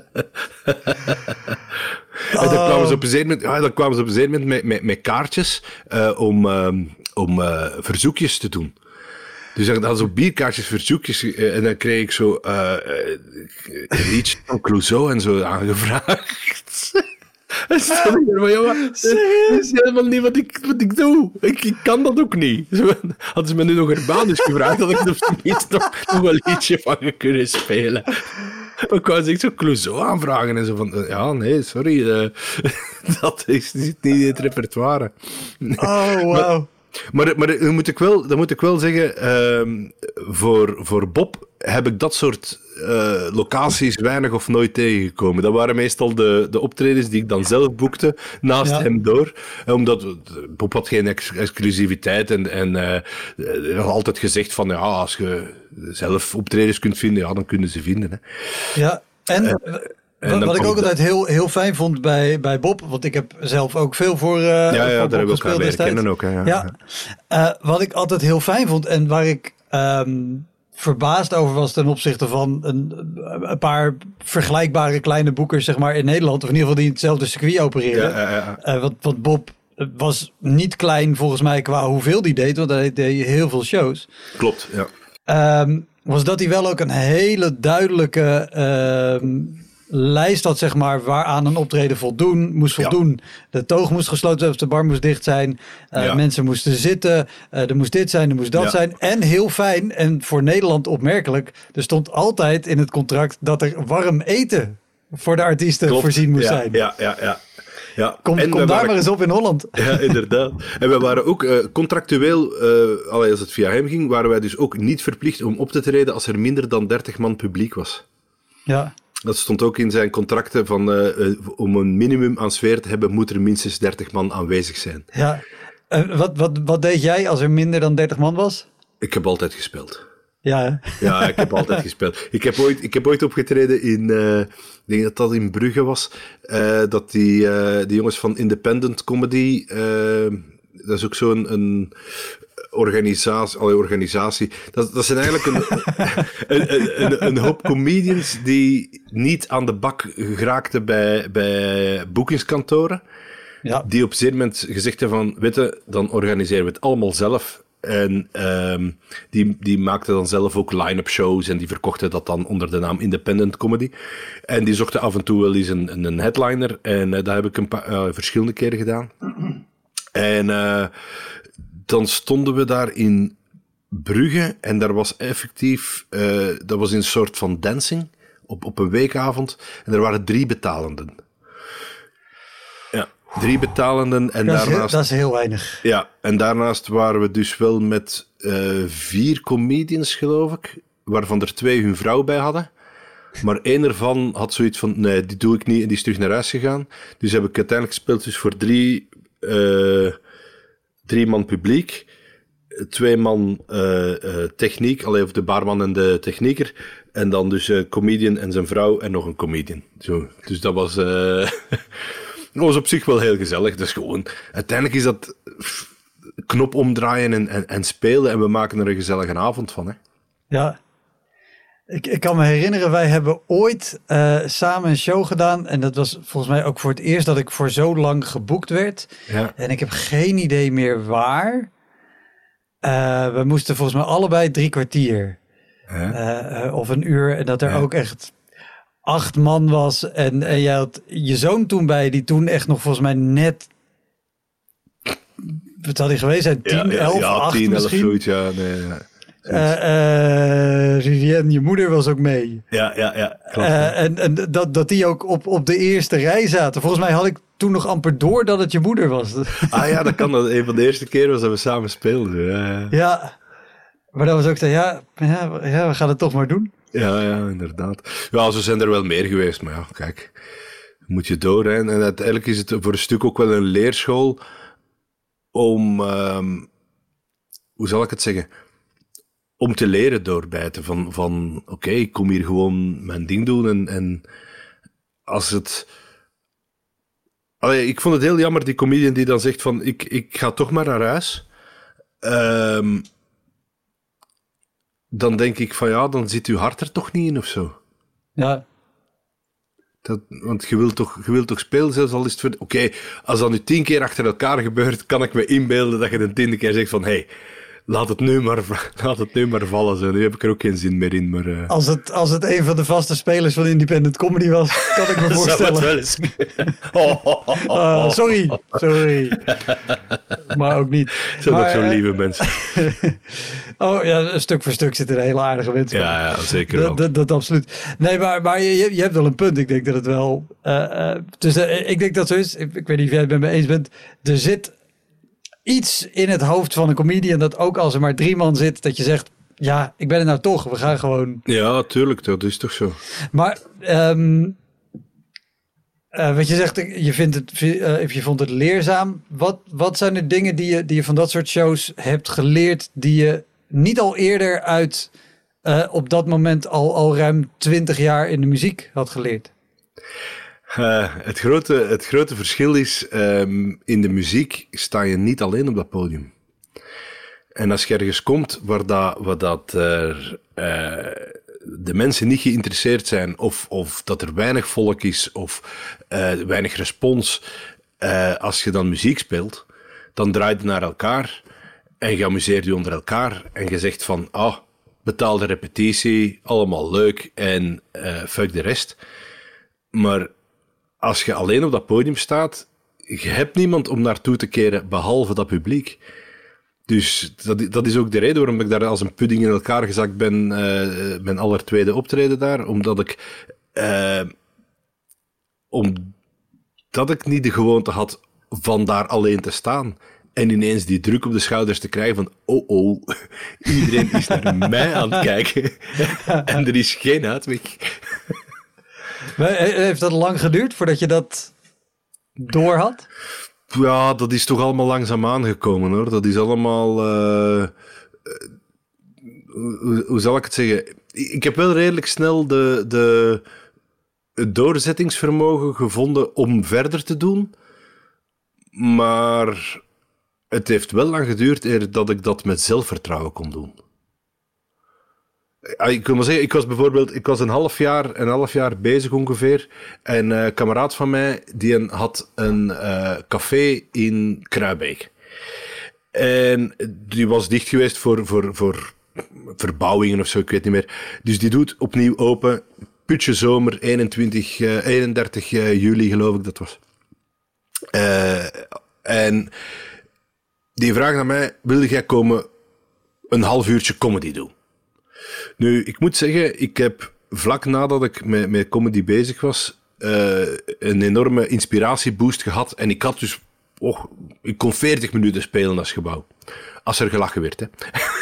Oh. En dan kwamen ze op een zeker moment, ja, dan kwamen ze op een zeker moment met, met, met kaartjes uh, om, um, om uh, verzoekjes te doen. Dus dan hadden ze ook bierkaartjes, verzoekjes, uh, en dan kreeg ik zo uh, uh, een liedje van Clouseau en zo aangevraagd. En stel ik er van, jongen, dat is helemaal niet wat ik, wat ik doe. Ik, ik kan dat ook niet. Zo, hadden ze me nu nog Urbanus gevraagd, had ik er niet nog, nog een liedje van kunnen spelen. Ik wou zich zo Clouseau aanvragen en zo van, ja, nee, sorry, uh, dat is niet in het repertoire. Oh, wow. Maar, maar, maar dan, moet ik wel, dan moet ik wel zeggen, uh, voor, voor Bob heb ik dat soort uh, locaties weinig of nooit tegengekomen. Dat waren meestal de, de optredens die ik dan zelf boekte, naast ja. hem door. Omdat Bob had geen ex- exclusiviteit en, en uh, had altijd gezegd van, ja, als je zelf optredens kunt vinden, ja, dan kunnen ze vinden. Hè. Ja, en... Uh, En wat ik ook altijd heel, heel fijn vond bij, bij Bob, want ik heb zelf ook veel voor, uh, ja, ja, voor daar Bob hebben we gespeeld elkaar destijds. kennen ook. Hè, ja. Ja. Uh, wat ik altijd heel fijn vond en waar ik um, verbaasd over was ten opzichte van een, een paar vergelijkbare kleine boekers zeg maar, in Nederland, of in ieder geval die hetzelfde circuit opereren. Ja, ja, ja. Uh, wat, wat Bob was niet klein volgens mij qua hoeveel die deed, want hij deed heel veel shows. Klopt, ja. Um, was dat hij wel ook een hele duidelijke... Um, lijst had, zeg maar, waaraan een optreden voldoen, moest voldoen. Ja. De toog moest gesloten zijn, of de bar moest dicht zijn. Uh, ja. Mensen moesten zitten. Uh, er moest dit zijn, er moest dat ja. zijn. En heel fijn, en voor Nederland opmerkelijk, er stond altijd in het contract dat er warm eten voor de artiesten Klopt. voorzien moest ja, zijn. Ja, ja, ja. Ja. Kom, kom daar waren... maar eens op in Holland. Ja, inderdaad. En we waren ook uh, contractueel, uh, als het via hem ging, waren wij dus ook niet verplicht om op te treden als er minder dan dertig man publiek was. Ja. Dat stond ook in zijn contracten van uh, uh, om een minimum aan sfeer te hebben, moet er minstens dertig man aanwezig zijn. Ja. Uh, wat, wat, wat deed jij als er minder dan dertig man was? Ik heb altijd gespeeld. Ja, hè? Ja, ik heb altijd gespeeld. Ik heb ooit, ik heb ooit opgetreden in, uh, ik denk dat dat in Brugge was, uh, dat die, uh, die jongens van Independent Comedy, uh, dat is ook zo'n een organisatie, allee, organisatie. Dat, dat zijn eigenlijk een, een, een, een hoop comedians die niet aan de bak geraakten bij, bij boekingskantoren. Ja. Die op een zeker moment gezegd hebben van, weet je, dan organiseren we het allemaal zelf. En um, die, die maakten dan zelf ook line-up shows en die verkochten dat dan onder de naam Independent Comedy. En die zochten af en toe wel eens een, een headliner en uh, dat heb ik een paar, uh, verschillende keren gedaan. En uh, dan stonden we daar in Brugge en daar was effectief, uh, dat was een soort van dancing op, op een weekavond en er waren drie betalenden. Ja, drie betalenden en dat daarnaast... Heel, dat is heel weinig. Ja, en daarnaast waren we dus wel met uh, vier comedians, geloof ik, waarvan er twee hun vrouw bij hadden. Maar één ervan had zoiets van, nee, die doe ik niet en die is terug naar huis gegaan. Dus heb ik uiteindelijk gespeeld dus voor drie... Uh, Drie man publiek, twee man uh, uh, techniek, alleen of de barman en de technieker, en dan dus een uh, comedian en zijn vrouw en nog een comedian. Zo, dus dat was, uh, dat was op zich wel heel gezellig. Dus gewoon, uiteindelijk is dat knop omdraaien en, en, en spelen en we maken er een gezellige avond van. Hè. Ja. Ik, ik kan me herinneren, wij hebben ooit uh, samen een show gedaan. En dat was volgens mij ook voor het eerst dat ik voor zo lang geboekt werd. Ja. En ik heb geen idee meer waar. Uh, we moesten volgens mij allebei drie kwartier. Ja. Uh, of een uur. En dat er ja. ook echt acht man was. En, en jij had je zoon toen bij, die toen echt nog volgens mij net... Wat had hij geweest zijn? tien, ja, ja, elf, ja, acht tien, misschien? elf, zoiets, ja. Nee, ja. Uh, uh, Vivienne, je moeder was ook mee. Ja, ja, ja. Klopt, uh, en en dat, dat die ook op, op de eerste rij zaten. Volgens mij had ik toen nog amper door dat het je moeder was. Ah ja, dat kan. Dat een van de eerste keren was dat we samen speelden. Ja, ja. Maar dat was ook zo, ja, ja, ja, we gaan het toch maar doen. Ja, ja, inderdaad. Ja, zo zijn er wel meer geweest, maar ja, kijk. Moet je door, hè. En uiteindelijk is het voor een stuk ook wel een leerschool om... Um, hoe zal ik het zeggen... Om te leren doorbijten van, van oké, okay, ik kom hier gewoon mijn ding doen en, en als het... Allee, ik vond het heel jammer, die comedian die dan zegt van, ik, ik ga toch maar naar huis. Um, dan denk ik van, ja, dan zit uw hart er toch niet in of zo. Ja. Dat, want je wilt toch, je wilt toch spelen, zelfs al is het voor... Oké, okay, als dat nu tien keer achter elkaar gebeurt, kan ik me inbeelden dat je de tiende keer zegt van, hé, hey, laat het nu maar, laat het nu maar vallen. Zo. Nu heb ik er ook geen zin meer in. Maar, uh... als, het, als het een van de vaste spelers van Independent Comedy was, kan ik me voorstellen. Zou het wel eens... oh, oh, oh, oh. Uh, sorry, sorry. Maar ook niet. Het zijn ook zo'n lieve mensen. Oh ja, stuk voor stuk zitten er hele aardige mensen. Ja, ja, zeker wel. Dat, dat, dat absoluut. Nee, maar, maar je, je hebt wel een punt. Ik denk dat het wel... Uh, uh, dus uh, ik denk dat zo is. Ik, ik weet niet of jij het met me eens bent. Er zit iets in het hoofd van een comedian dat ook als er maar drie man zit, dat je zegt, ja, ik ben er nou toch. We gaan gewoon... Ja, tuurlijk. Dat is toch zo. Maar... Um, Uh, wat je zegt, je, vindt het, uh, je vond het leerzaam. Wat, wat zijn de dingen die je, die je van dat soort shows hebt geleerd, die je niet al eerder uit uh, op dat moment al, al ruim twintig jaar in de muziek had geleerd? Uh, het, grote, het grote verschil is, um, in de muziek sta je niet alleen op dat podium. En als je ergens komt waar dat, waar dat er... Uh, de mensen niet geïnteresseerd zijn of, of dat er weinig volk is of uh, weinig respons, uh, als je dan muziek speelt, dan draait je naar elkaar en je amuseert je onder elkaar en je zegt van, ah, betaalde repetitie, allemaal leuk en uh, fuck de rest. Maar als je alleen op dat podium staat, je hebt niemand om naartoe te keren behalve dat publiek. Dus dat, dat is ook de reden waarom ik daar als een pudding in elkaar gezakt ben, uh, mijn allertweede optreden daar. Omdat ik, uh, omdat ik niet de gewoonte had van daar alleen te staan. En ineens die druk op de schouders te krijgen van, oh oh, iedereen is naar mij aan het kijken. En er is geen uitweg. Heeft dat lang geduurd voordat je dat door had? Ja, dat is toch allemaal langzaam aangekomen, hoor. Dat is allemaal... Uh, uh, hoe, hoe zal ik het zeggen? Ik heb wel redelijk snel de, de, het doorzettingsvermogen gevonden om verder te doen. Maar het heeft wel lang geduurd eer dat ik dat met zelfvertrouwen kon doen. Ik wil maar zeggen, ik was bijvoorbeeld, ik was een half jaar, een half jaar bezig ongeveer. En een kameraad van mij, die had een uh, café in Kruibeek. En die was dicht geweest voor, voor, voor verbouwingen of zo, ik weet niet meer. Dus die doet opnieuw open, putje zomer, eenentwintig, uh, eenendertig juli geloof ik dat was. Uh, en die vraagt aan mij, wil jij komen een half uurtje comedy doen? Nu, ik moet zeggen, ik heb vlak nadat ik met, met comedy bezig was, uh, een enorme inspiratieboost gehad. En ik had dus, oh, ik kon veertig minuten spelen als gebouw. Als er gelachen werd, hè.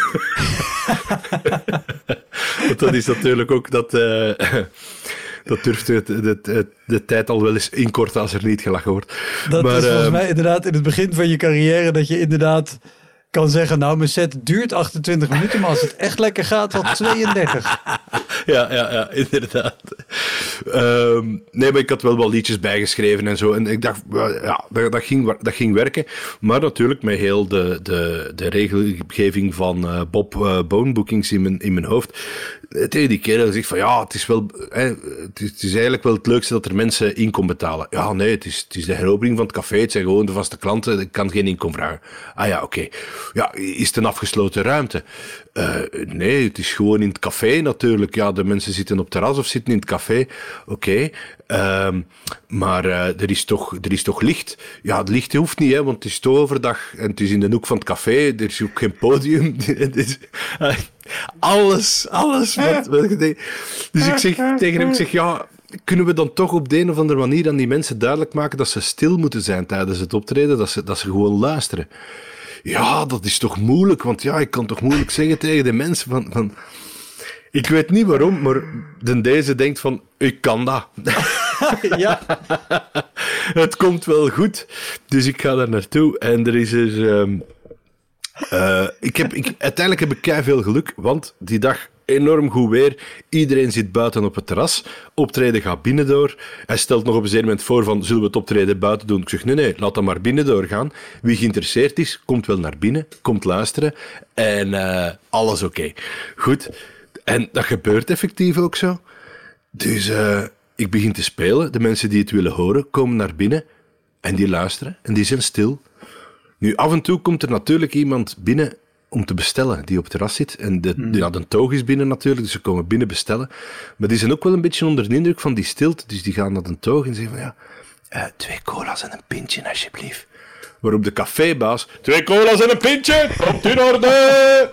Want dat is natuurlijk ook dat... Uh, dat durft de, de, de, de tijd al wel eens inkorten als er niet gelachen wordt. Dat maar, is volgens uh, mij inderdaad in het begin van je carrière dat je inderdaad kan zeggen, nou, mijn set duurt achtentwintig minuten, maar als het echt lekker gaat, wat tweeëndertig. Ja, ja, ja, inderdaad. Um, nee, maar ik had wel wel liedjes bijgeschreven en zo. En ik dacht, ja, dat, dat, ging, dat ging werken. Maar natuurlijk met heel de, de, de regelgeving van uh, Bob uh, Bone Bookings in mijn, in mijn hoofd. Tegen die kerel zegt van, ja, het is wel, hè, het, is, het is eigenlijk wel het leukste dat er mensen inkom betalen. Ja, nee, het is, het is de heropening van het café. Het zijn gewoon de vaste klanten. Ik kan geen inkom vragen. Ah ja, oké. Okay. Ja, is het een afgesloten ruimte? Uh, nee, het is gewoon in het café natuurlijk. Ja, de mensen zitten op het terras of zitten in het café. Oké. Okay. Um, maar uh, er, is toch, er is toch licht? Ja, het licht hoeft niet, hè, want het is toch overdag en het is in de hoek van het café. Er is ook geen podium. is, uh, alles, alles. Wat, wat je denkt. Dus ik zeg tegen hem, ik zeg, ja, kunnen we dan toch op de een of andere manier aan die mensen duidelijk maken dat ze stil moeten zijn tijdens het optreden, dat ze, dat ze gewoon luisteren? Ja, dat is toch moeilijk, want ja, ik kan toch moeilijk zeggen tegen de mensen van... van ik weet niet waarom, maar de deze denkt van, ik kan dat. Ja. Het komt wel goed, dus ik ga daar naartoe. En er is er... Um, uh, ik heb, ik, uiteindelijk heb ik keiveel geluk, want die dag enorm goed weer. Iedereen zit buiten op het terras. Optreden gaat binnendoor. Hij stelt nog op een zeker moment voor van, zullen we het optreden buiten doen? Ik zeg, nee, nee, laat dat maar binnendoor gaan. Wie geïnteresseerd is, komt wel naar binnen, komt luisteren. En uh, alles oké. Okay. Goed. En dat gebeurt effectief ook zo. Dus uh, ik begin te spelen. De mensen die het willen horen, komen naar binnen. En die luisteren. En die zijn stil. Nu, af en toe komt er natuurlijk iemand binnen om te bestellen, die op het terras zit. En de, mm. ja, de toog is binnen natuurlijk, dus ze komen binnen bestellen. Maar die zijn ook wel een beetje onder de indruk van die stilte, dus die gaan naar de toog en zeggen van ja, uh, twee cola's en een pintje alsjeblieft. Waarop de cafébaas, twee cola's en een pintje, komt in orde!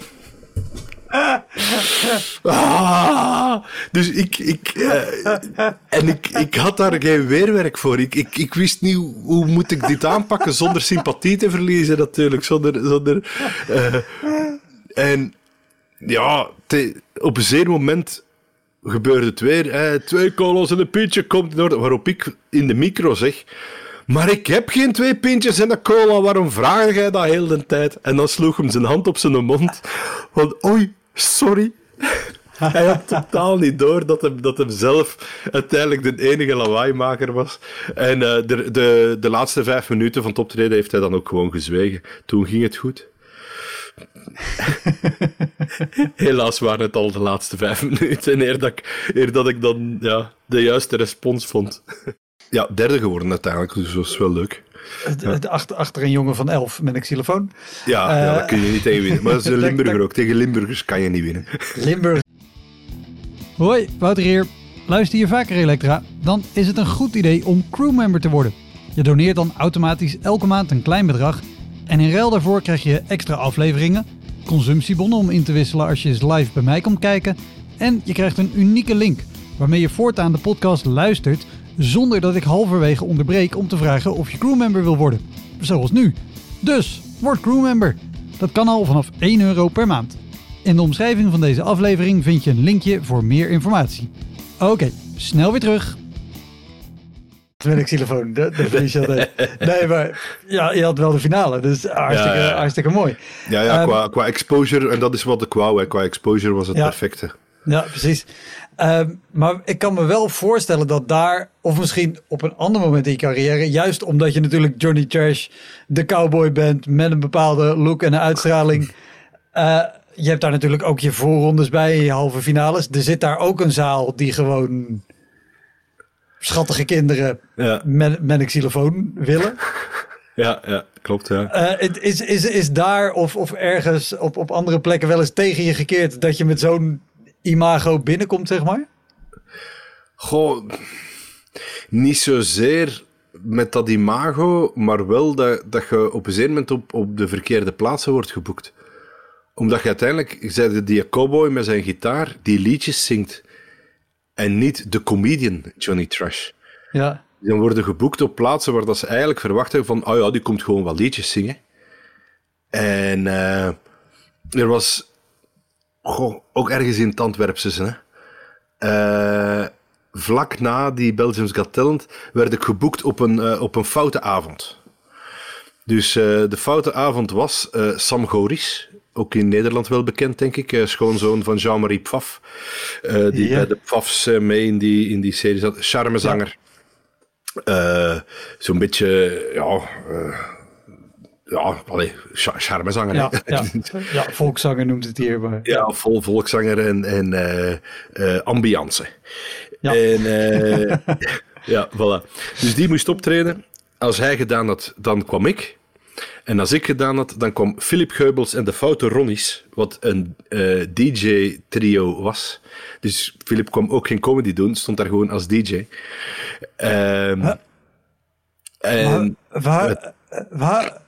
Ah, dus ik, ik, uh, en ik, ik had daar geen weerwerk voor. Ik, ik, ik wist niet hoe, hoe moet ik dit aanpakken zonder sympathie te verliezen, natuurlijk. Zonder, zonder, uh, en ja, te, op een zeer moment gebeurde het weer. Eh, twee cola's en een pintje komt in orde. Waarop ik in de micro zeg, maar ik heb geen twee pintjes en een cola, waarom vraag jij dat heel de tijd? En dan sloeg hem zijn hand op zijn mond. Van, oei, sorry. Hij had totaal niet door dat hem, dat hem zelf uiteindelijk de enige lawaaimaker was. En uh, de, de, de laatste vijf minuten van het optreden heeft hij dan ook gewoon gezwegen. Toen ging het goed. Helaas waren het al de laatste vijf minuten, eer dat ik, eer dat ik dan ja, de juiste respons vond. Ja, derde geworden uiteindelijk, dus dat was wel leuk. Ja. Achter, achter een jongen van elf met een xylofoon. Ja, uh, ja, daar kun je niet tegen winnen. Maar dat is een Limburger ook. Tegen Limburgers kan je niet winnen. Limburg. Hoi, Wouter hier. Luister je vaker Elektra? Dan is het een goed idee om crewmember te worden. Je doneert dan automatisch elke maand een klein bedrag. En in ruil daarvoor krijg je extra afleveringen, consumptiebonnen om in te wisselen als je eens live bij mij komt kijken. En je krijgt een unieke link waarmee je voortaan de podcast luistert zonder dat ik halverwege onderbreek om te vragen of je crewmember wil worden. Zoals nu. Dus, word crewmember. Dat kan al vanaf één euro per maand. In de omschrijving van deze aflevering vind je een linkje voor meer informatie. Oké, okay, snel weer terug. Met een xylofoon, de, de finish altijd. Nee, maar ja, je had wel de finale, dus hartstikke, ja, ja. hartstikke mooi. Ja, ja um, qua, qua exposure, en dat is wat ik wou, hè. Qua exposure was het ja, perfecte. Ja, precies. Um, maar ik kan me wel voorstellen dat daar, of misschien op een ander moment in je carrière, juist omdat je natuurlijk Johnny Trash, de cowboy bent met een bepaalde look en een uitstraling. Uh, je hebt daar natuurlijk ook je voorrondes bij, je halve finales. Er zit daar ook een zaal die gewoon schattige kinderen ja. met, met een xylofoon willen. Ja, ja, klopt. Ja. Uh, is, is, is daar of, of ergens op, op andere plekken wel eens tegen je gekeerd dat je met zo'n imago binnenkomt, zeg maar? Goh, niet zozeer met dat imago, maar wel dat, dat je op een zeker moment op, op de verkeerde plaatsen wordt geboekt. Omdat je uiteindelijk, ik zei die cowboy met zijn gitaar, die liedjes zingt. En niet de comedian Johnny Trash. Ja. Die dan worden geboekt op plaatsen waar dat ze eigenlijk verwachten van, oh ja, die komt gewoon wat liedjes zingen. En uh, er was, goh, ook ergens in het Antwerpse, hè. Uh, vlak na die Belgium's Got Talent werd ik geboekt op een, uh, op een foute avond. Dus uh, de foute avond was uh, Sam Goris. Ook in Nederland wel bekend, denk ik. Uh, schoonzoon van Jean-Marie Pfaff. Uh, die ja. bij de Pfaffs uh, mee in die, in die serie zat. Charmezanger. Ja. Uh, zo'n beetje, ja... Uh, ja, allee, charmezanger. Ja, ja. ja, volkszanger noemt het hier. Maar... Ja, vol volkszanger en, en uh, uh, ambiance. Ja. En, uh, ja, voilà. Dus die moest optreden. Als hij gedaan had, dan kwam ik. En als ik gedaan had, dan kwam Philip Geubels en de Foute Ronnies, wat een uh, D J-trio was. Dus Philip kwam ook geen comedy doen, stond daar gewoon als D J. Um, huh? en, waar... waar, waar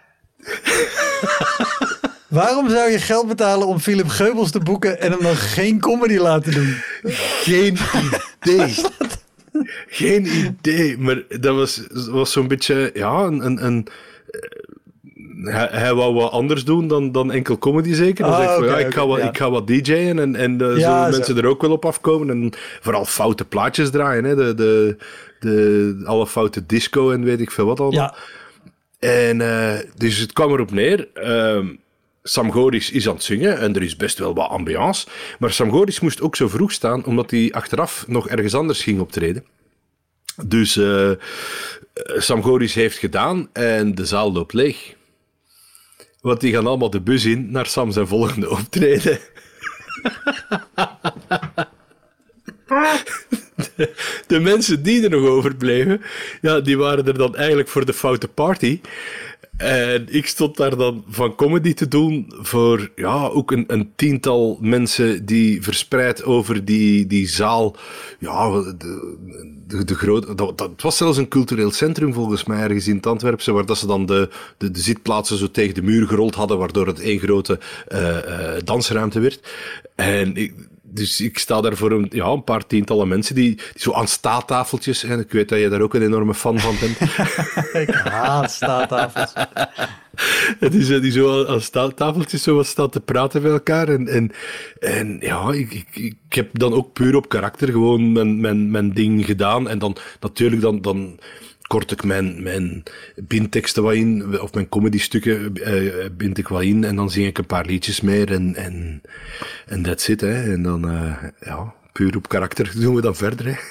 waarom zou je geld betalen om Philip Geubels te boeken en hem dan geen comedy laten doen? Geen idee. Geen idee, maar dat was, was zo'n beetje, ja, een... een, een Hij, hij wou wat anders doen dan, dan enkel comedy, zeker. Dan ah, zeg ik, okay, ja, ik, ga wat, ja. ik ga wat D J'en en, en uh, ja, zullen mensen er ook wel op afkomen. En vooral foute plaatjes draaien. Hè? De, de, de, alle foute disco en weet ik veel wat allemaal. Ja. En uh, dus het kwam erop neer. Uh, Sam Goris is aan het zingen en er is best wel wat ambiance. Maar Sam Goris moest ook zo vroeg staan, omdat hij achteraf nog ergens anders ging optreden. Dus uh, Sam Goris heeft gedaan en de zaal loopt leeg. Want die gaan allemaal de bus in naar Sam zijn volgende optreden. de mensen die er nog overbleven, ja, die waren er dan eigenlijk voor de foute party. En ik stond daar dan van comedy te doen voor ja, ook een, een tiental mensen die verspreid over die, die zaal. Ja, de, de, de grote, dat, dat het was zelfs een cultureel centrum volgens mij ergens in het Antwerpse, waar dat ze dan de, de, de zitplaatsen zo tegen de muur gerold hadden, waardoor het één grote uh, uh, dansruimte werd. En ik, Dus ik sta daar voor een, ja, een paar tientallen mensen die, die zo aan staattafeltjes, en ik weet dat je daar ook een enorme fan van bent. Ik haat staattafels. Die, die zo aan staattafeltjes zo wat staan te praten met elkaar. En, en, en ja, ik, ik, ik heb dan ook puur op karakter gewoon mijn, mijn, mijn ding gedaan. En dan natuurlijk dan... dan kort ik mijn, mijn bindteksten wat in, of mijn comedystukken uh, bind ik wat in, en dan zing ik een paar liedjes meer, en en en that's it, hè. En dan, uh, ja, puur op karakter doen we dan verder, hè.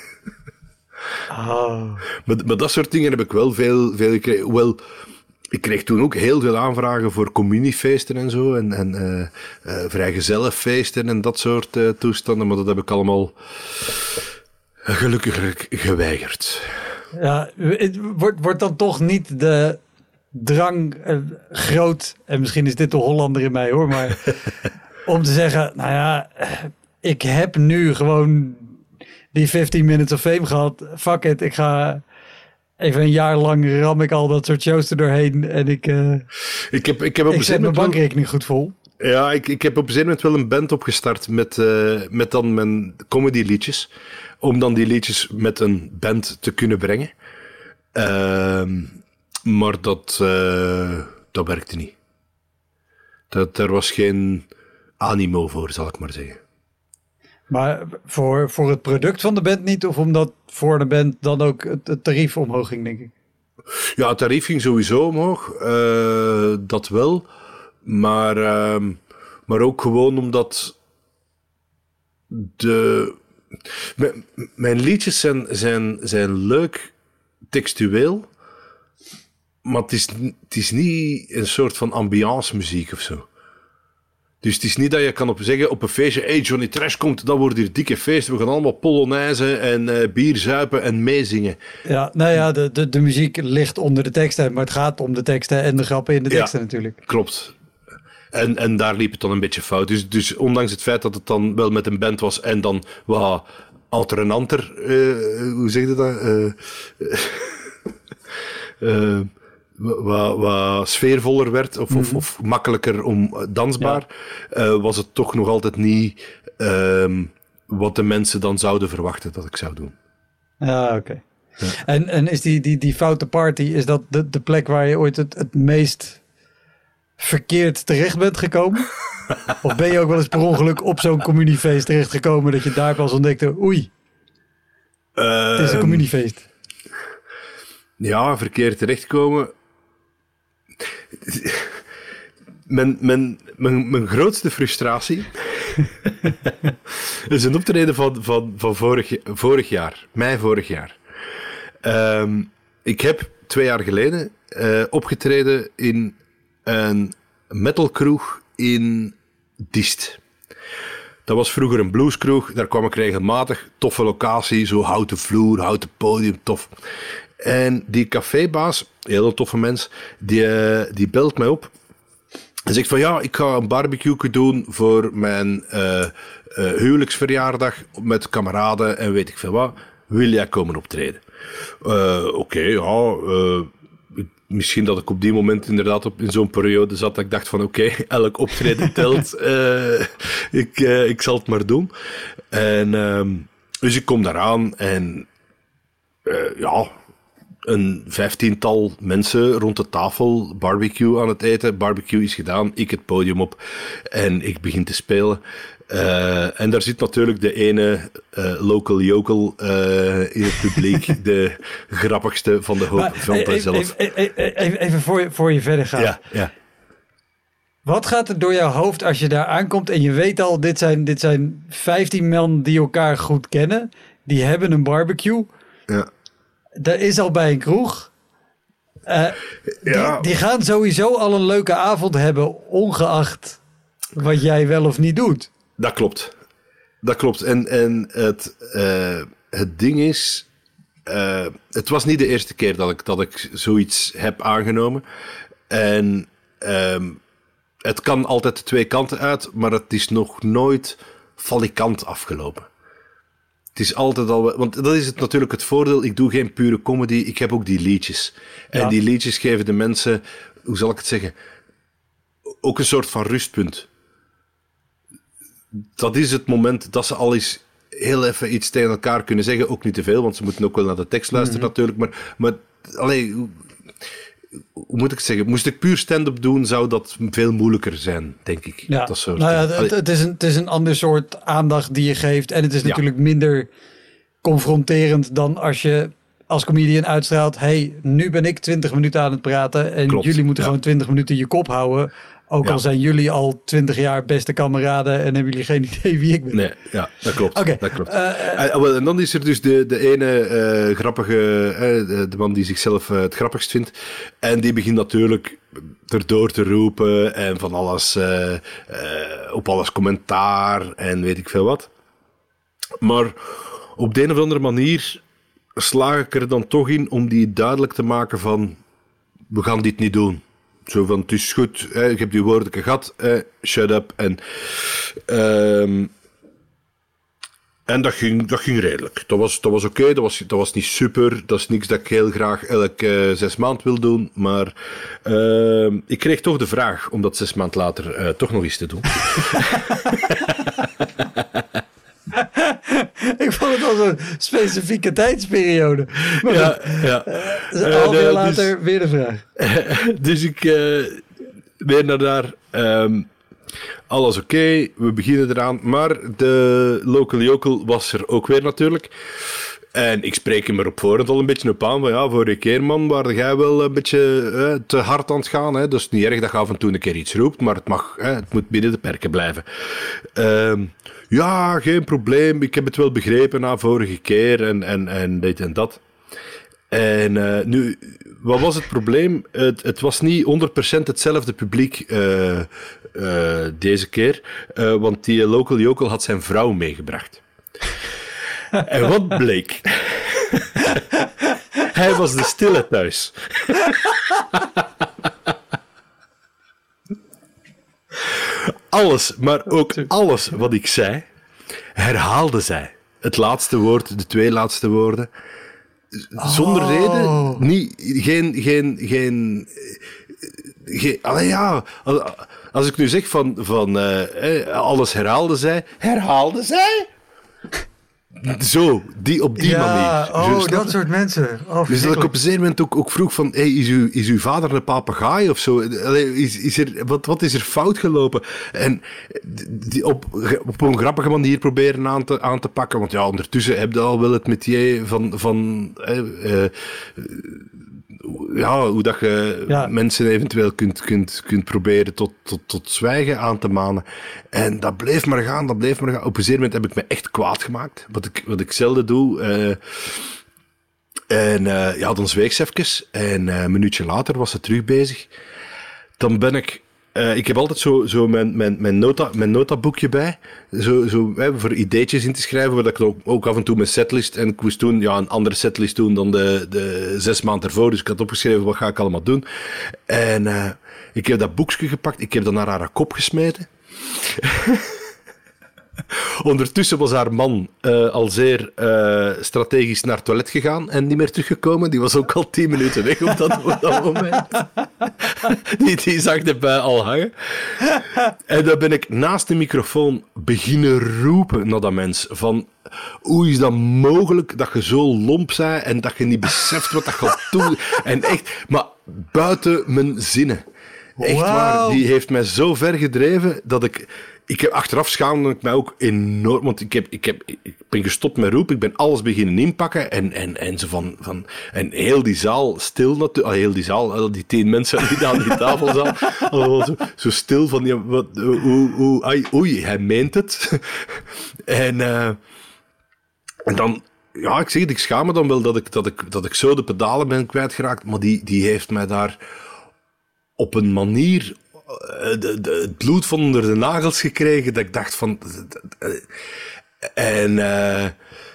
Oh. Maar, maar dat soort dingen heb ik wel veel, veel gekregen. Hoewel, ik kreeg toen ook heel veel aanvragen voor communiefeesten en zo, en, en uh, uh, vrijgezellenfeesten en dat soort uh, toestanden, maar dat heb ik allemaal uh, gelukkig geweigerd. Ja, het wordt, wordt dan toch niet de drang uh, groot, en misschien is dit de Hollander in mij hoor, maar om te zeggen, nou ja, ik heb nu gewoon die vijftien minutes of fame gehad, fuck it, ik ga even een jaar lang ram ik al dat soort shows er doorheen en ik, uh, ik, heb, ik, heb op ik zet mijn bankrekening goed vol. Ja, ik, ik heb op een gegeven moment wel een band opgestart met, uh, met dan mijn comedy liedjes, om dan die liedjes met een band te kunnen brengen. Uh, maar dat, uh, dat werkte niet. Dat, er was geen animo voor, zal ik maar zeggen. Maar voor, voor het product van de band niet? Of omdat voor de band dan ook het, het tarief omhoog ging, denk ik? Ja, het tarief ging sowieso omhoog. Uh, dat wel. Maar, uh, maar ook gewoon omdat de... M- mijn liedjes zijn, zijn, zijn leuk textueel, maar het is, het is niet een soort van ambiance muziek of zo. Dus het is niet dat je kan op zeggen op een feestje, hey, Johnny Trash komt, dan wordt hier dikke feest, we gaan allemaal polonaise en uh, bier zuipen en meezingen. Ja, nou ja, de, de, de muziek ligt onder de teksten, maar het gaat om de teksten en de grappen in de teksten ja, natuurlijk. Klopt. En, en daar liep het dan een beetje fout. Dus, dus ondanks het feit dat het dan wel met een band was en dan wat alternanter, uh, hoe zeg je dat? Uh, uh, wat, wat sfeervoller werd of, mm-hmm. of, of makkelijker om dansbaar, ja. uh, was het toch nog altijd niet uh, wat de mensen dan zouden verwachten dat ik zou doen. Ja, oké. Okay. Ja. En, en is die, die, die foute party, is dat de, de plek waar je ooit het, het meest verkeerd terecht bent gekomen? Of ben je ook wel eens per ongeluk op zo'n communiefeest terechtgekomen dat je daar pas ontdekte, oei, uh, het is een communiefeest? Ja, verkeerd terechtkomen. Mijn, mijn, mijn, mijn grootste frustratie is een optreden van, van, van vorig, vorig jaar, mei vorig jaar. Um, ik heb twee jaar geleden uh, opgetreden in een metalkroeg in Diest. Dat was vroeger een blueskroeg, daar kwam ik regelmatig. Toffe locatie, zo houten vloer, houten podium, tof. En die cafébaas, heel toffe mens, die, uh, die belt mij op en zegt van ja, ik ga een barbecue doen voor mijn uh, uh, huwelijksverjaardag met kameraden en weet ik veel wat. Wil jij komen optreden? Uh, Oké, okay, ja... Uh, Misschien dat ik op die moment inderdaad op, in zo'n periode zat dat ik dacht van oké, okay, elk optreden telt. uh, ik, uh, ik zal het maar doen. En, uh, dus ik kom daaraan en uh, ja, een vijftiental mensen rond de tafel, barbecue aan het eten. Barbecue is gedaan, ik het podium op en ik begin te spelen. Uh, en daar zit natuurlijk de ene uh, local yokel uh, in het publiek, de grappigste van de hoop van even, zelf. Even, even, even voor, je, voor je verder gaat. Ja, ja. Wat gaat er door jouw hoofd als je daar aankomt en je weet al, dit zijn, dit zijn vijftien man die elkaar goed kennen, die hebben een barbecue. Ja. Dat is al bij een kroeg. Uh, ja. die, die gaan sowieso al een leuke avond hebben, ongeacht wat jij wel of niet doet. Dat klopt. Dat klopt. En, en het, uh, het ding is... Uh, het was niet de eerste keer dat ik, dat ik zoiets heb aangenomen. En um, het kan altijd de twee kanten uit, maar het is nog nooit valikant afgelopen. Het is altijd al... Want dat is het natuurlijk het voordeel. Ik doe geen pure comedy. Ik heb ook die liedjes. En ja. die liedjes geven de mensen... Hoe zal ik het zeggen? Ook een soort van rustpunt. Dat is het moment dat ze al eens heel even iets tegen elkaar kunnen zeggen. Ook niet te veel, want ze moeten ook wel naar de tekst luisteren mm-hmm. natuurlijk. Maar, maar allee, hoe, hoe moet ik het zeggen? Moest ik puur stand-up doen, zou dat veel moeilijker zijn, denk ik. Ja. Dat soort nou ja, het, het, is een, het is een ander soort aandacht die je geeft. En het is natuurlijk ja. minder confronterend dan als je als comedian uitstraalt... hey, nu ben ik twintig minuten aan het praten... en Klopt. jullie moeten ja. gewoon twintig minuten je kop houden... Ook ja. al zijn jullie al twintig jaar beste kameraden en hebben jullie geen idee wie ik ben. Nee, ja, dat klopt. Okay. Dat klopt. Uh, uh, en dan is er dus de, de ene uh, grappige, uh, de man die zichzelf uh, het grappigst vindt. En die begint natuurlijk erdoor te roepen en van alles, uh, uh, op alles commentaar en weet ik veel wat. Maar op de een of andere manier slaag ik er dan toch in om die duidelijk te maken van, we gaan dit niet doen. Zo van, het is goed, hè, ik heb die woorden gehad, hè, shut up. En, um, en dat, ging, dat ging redelijk. Dat was, dat was oké, okay, dat, was, dat was niet super. Dat is niks dat ik heel graag elke uh, zes maand wil doen. Maar uh, ik kreeg toch de vraag om dat zes maand later uh, toch nog eens te doen. Ik vond het al zo'n specifieke tijdsperiode. Maar ja, ja. Uh, een half jaar uh, later dus, weer de vraag. Uh, dus ik uh, weer naar daar. Um, alles oké, okay, we beginnen eraan. Maar de local jokel was er ook weer natuurlijk. En ik spreek hem er op voorhand al een beetje op aan. Van ja, vorige keer man, waar jij wel een beetje uh, te hard aan het gaan. Hè? Dat is niet erg dat je af en toe een keer iets roept. Maar het, mag, hè, het moet binnen de perken blijven. Um, Ja, geen probleem. Ik heb het wel begrepen na vorige keer en, en, en dit en dat. En uh, nu, wat was het probleem? Het, het was niet honderd procent hetzelfde publiek uh, uh, deze keer. Uh, want die local jokel had zijn vrouw meegebracht. En wat bleek? Hij was de stille thuis. Alles, maar ook alles wat ik zei, herhaalde zij. Het laatste woord, de twee laatste woorden. Zonder oh. reden, niet, geen, geen, geen, geen allee, ja, als ik nu zeg van, van uh, alles herhaalde zij, herhaalde zij? Zo, die, op die ja, manier. Oh, Zo, dat soort mensen. Oh, dus dat ik op een zeker moment ook, ook vroeg van, hey, is, uw, is uw vader een papegaai of zo? Is, is er, wat, wat is er fout gelopen? En die op, op een grappige manier proberen aan te, aan te pakken. Want ja, ondertussen heb je al wel het métier van... van uh, uh, ja, hoe dat je ja. mensen eventueel kunt, kunt, kunt proberen tot, tot, tot zwijgen aan te manen. En dat bleef maar gaan, dat bleef maar gaan. Op een zeker moment heb ik me echt kwaad gemaakt. Wat ik, wat ik zelden doe. Uh, en uh, ja, dan zweeg ze even. En uh, een minuutje later was ze terug bezig. Dan ben ik... Uh, ik heb altijd zo, zo mijn, mijn, mijn, nota, mijn notaboekje bij. Zo, zo, hè, voor ideetjes in te schrijven. Waar ik ook, ook af en toe mijn setlist. En ik moest toen ja, een andere setlist doen dan de, de zes maanden ervoor. Dus ik had opgeschreven wat ga ik allemaal doen. En uh, ik heb dat boekje gepakt. Ik heb dat naar haar kop gesmeten. Ondertussen was haar man uh, al zeer uh, strategisch naar het toilet gegaan en niet meer teruggekomen. Die was ook al tien minuten weg op dat, op dat moment. die, die zag de bui al hangen. En dan ben ik naast de microfoon beginnen roepen naar dat mens. Van, hoe is dat mogelijk dat je zo lomp bent en dat je niet beseft wat dat gaat doen? En echt, maar buiten mijn zinnen. Echt wow. waar, die heeft mij zo ver gedreven dat ik... Ik heb achteraf schaamde ik mij ook enorm, want ik, heb, ik, heb, ik ben gestopt met roepen, ik ben alles beginnen inpakken en, en, en, zo van, van, en heel die zaal stil natuurlijk, heel die zaal, die tien mensen die aan die tafel zaten, zo, zo stil van, ja, wat, oei, oei, oei, hij meent het. en, uh, en dan, ja, ik zeg het, ik schaam me dan wel dat ik, dat ik, dat ik zo de pedalen ben kwijtgeraakt, maar die, die heeft mij daar op een manier... De, de, het bloed van onder de nagels gekregen, dat ik dacht van... En uh,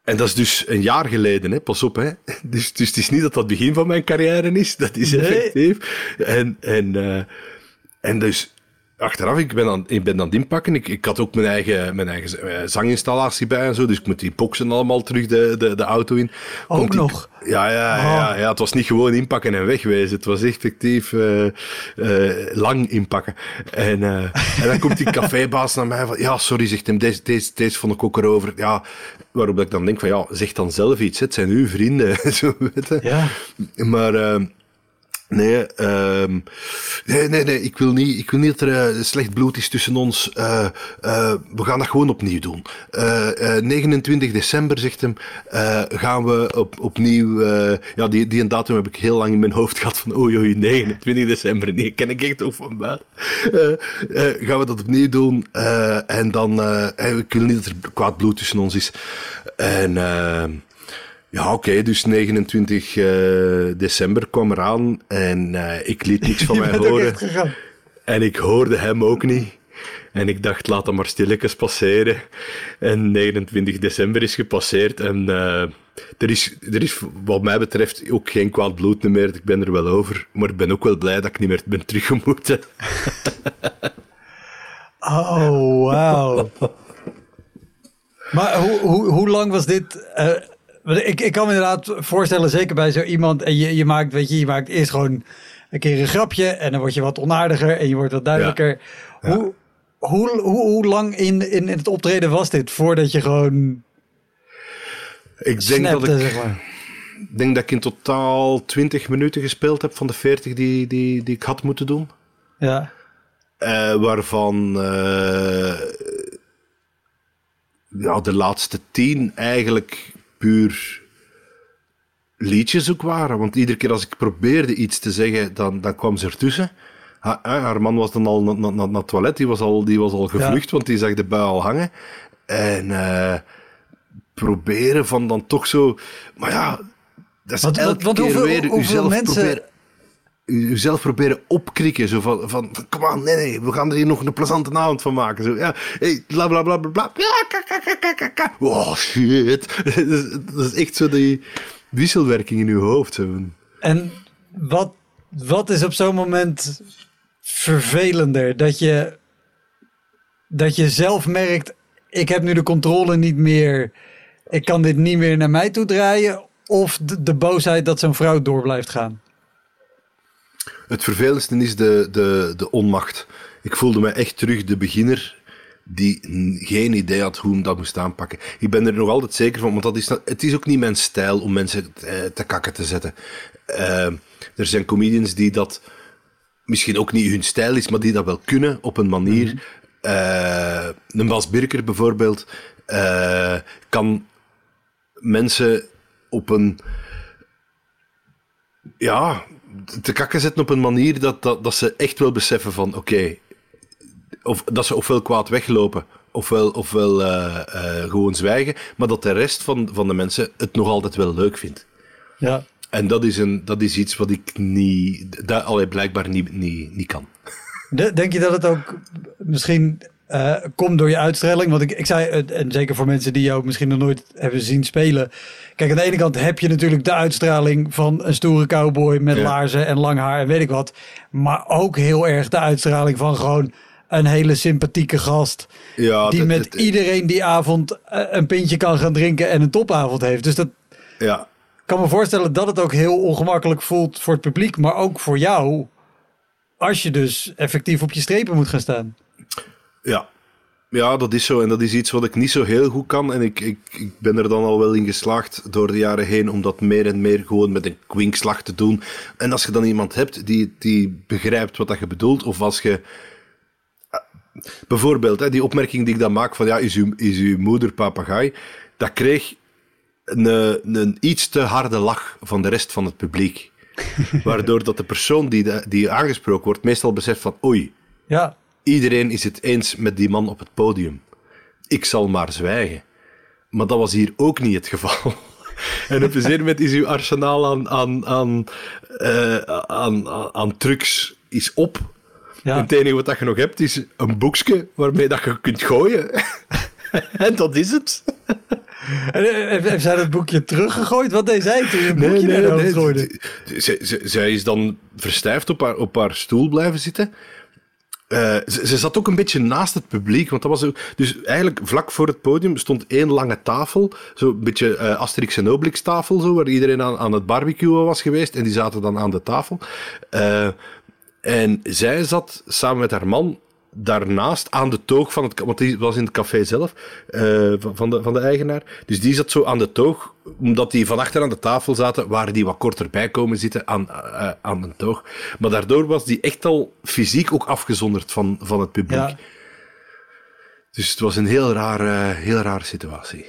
En dat is dus een jaar geleden, hè? Pas op. Hè? Dus, dus het is niet dat dat het begin van mijn carrière is. Dat is nee. effectief. En, en, uh, en dus achteraf, ik ben aan, ik ben aan het inpakken. Ik, ik had ook mijn eigen, mijn eigen uh, zanginstallatie bij en zo. Dus ik moet die boxen allemaal terug de, de, de auto in. Ook Komt nog? Die, ja, ja, oh. ja, ja, het was niet gewoon inpakken en wegwezen. Het was effectief uh, uh, lang inpakken. En, uh, en dan komt die cafébaas naar mij van... Ja, sorry, zegt hem, deze, deze, deze vond ik ook erover. Ja, waarop ik dan denk van... Ja, zeg dan zelf iets. Het zijn uw vrienden. Zo, weet je. Ja. Maar... Uh, Nee, um, nee, nee, nee, ik wil niet, ik wil niet dat er uh, slecht bloed is tussen ons. Uh, uh, we gaan dat gewoon opnieuw doen. Uh, uh, negenentwintig december, zegt hem, uh, gaan we op, opnieuw... Uh, ja, die, die een datum heb ik heel lang in mijn hoofd gehad van oei, oei, negenentwintig december. Nee, ken ik echt ook van buiten. Uh, uh, gaan we dat opnieuw doen. Uh, en dan... Uh, ik wil niet dat er kwaad bloed tussen ons is. En... Uh, Ja, oké, okay, dus negenentwintig uh, december kwam eraan en uh, ik liet niks van mij horen. En ik hoorde hem ook niet. En ik dacht, laat hem maar stilletjes passeren. En negenentwintig december is gepasseerd en uh, er, is, er is wat mij betreft ook geen kwaad bloed meer. Ik ben er wel over, maar ik ben ook wel blij dat ik niet meer ben teruggemoeten. Oh, wauw. Maar hoe, hoe, hoe lang was dit... Uh, Ik, ik kan me inderdaad voorstellen, zeker bij zo iemand, en je, je maakt, weet je, je maakt eerst gewoon een keer een grapje en dan word je wat onaardiger en je wordt wat duidelijker. Ja. Ja. Hoe, hoe, hoe, hoe lang in, in, in het optreden was dit voordat je gewoon ik denk snapte, dat ik, zeg maar. denk dat ik in totaal twintig minuten gespeeld heb van de veertig die, die, die ik had moeten doen. Ja. Uh, waarvan uh, ja, de laatste tien eigenlijk puur liedjes ook waren. Want iedere keer als ik probeerde iets te zeggen, dan, dan kwam ze ertussen. Ha, haar man was dan al naar na, na, na het toilet, die was al, die was al gevlucht, ja. Want die zag de bui al hangen. En uh, proberen van dan toch zo... Maar ja, dat is want, elke want, keer hoeveel, weer hoeveel uzelf mensen... proberen... Jezelf proberen opkrikken, zo van, van, van kom aan, nee, nee, we gaan er hier nog een plezante avond van maken. Zo, ja, hey, bla, bla, bla, bla, bla. Oh, shit. Dat is echt zo die wisselwerking in je hoofd. Zo. En wat, wat is op zo'n moment vervelender? Dat je, dat je zelf merkt, ik heb nu de controle niet meer, ik kan dit niet meer naar mij toe draaien, of de, de boosheid dat zo'n vrouw door blijft gaan? Het vervelendste is de, de, de onmacht. Ik voelde me echt terug de beginner die geen idee had hoe hem dat moest aanpakken. Ik ben er nog altijd zeker van, want dat is, het is ook niet mijn stijl om mensen te, te kakken te zetten. Uh, er zijn comedians die dat misschien ook niet hun stijl is, maar die dat wel kunnen op een manier. Mm-hmm. Uh, een Bas Birker bijvoorbeeld uh, kan mensen op een... Ja... te kakken zetten op een manier dat, dat, dat ze echt wel beseffen van, oké, okay, of dat ze ofwel kwaad weglopen, ofwel, ofwel uh, uh, gewoon zwijgen, maar dat de rest van, van de mensen het nog altijd wel leuk vindt. Ja. En dat is, een, dat is iets wat ik niet, dat allee, blijkbaar niet, niet, niet kan. De, denk je dat het ook misschien uh, komt door je uitstraling? Want ik, ik zei, en zeker voor mensen die jou misschien nog nooit hebben zien spelen. Kijk, aan de ene kant heb je natuurlijk de uitstraling van een stoere cowboy met ja. laarzen en lang haar en weet ik wat. Maar ook heel erg de uitstraling van gewoon een hele sympathieke gast. Ja, die dat, met dat, dat, iedereen die avond een pintje kan gaan drinken en een topavond heeft. Dus dat ja. kan me voorstellen dat het ook heel ongemakkelijk voelt voor het publiek. Maar ook voor jou, als je dus effectief op je strepen moet gaan staan. Ja. Ja, dat is zo. En dat is iets wat ik niet zo heel goed kan. En ik, ik, ik ben er dan al wel in geslaagd door de jaren heen om dat meer en meer gewoon met een kwinkslag te doen. En als je dan iemand hebt die, die begrijpt wat dat je bedoelt, of als je... Bijvoorbeeld, hè, die opmerking die ik dan maak van ja, is uw, is uw moeder papegaai? Dat kreeg een, een iets te harde lach van de rest van het publiek. Waardoor dat de persoon die, de, die aangesproken wordt meestal beseft van oei, ja. Iedereen is het eens met die man op het podium. Ik zal maar zwijgen. Maar dat was hier ook niet het geval. En op een zeker moment is uw arsenaal aan, aan, aan, uh, aan, aan trucs is op. Ja. En het enige wat je nog hebt is een boekje waarmee dat je kunt gooien. En dat is het. En heeft zij dat boekje teruggegooid? Wat deed zij toen je een boekje nee, naar nee, de hoofd nee. gooide? Zij, zij, zij is dan verstijfd op haar, op haar stoel blijven zitten. Uh, ze, ze zat ook een beetje naast het publiek, want dat was ook, dus eigenlijk vlak voor het podium stond één lange tafel, zo'n beetje uh, Asterix en Obelix tafel, zo, waar iedereen aan, aan het barbecuen was geweest, en die zaten dan aan de tafel. Uh, en zij zat samen met haar man daarnaast aan de toog van het, want die was in het café zelf, uh, van, de, van de eigenaar. Dus die zat zo aan de toog, omdat die van achter aan de tafel zaten, waren die wat korter bij komen zitten aan, uh, aan de toog. Maar daardoor was die echt al fysiek ook afgezonderd van, van het publiek. Ja. Dus het was een heel rare, heel rare situatie.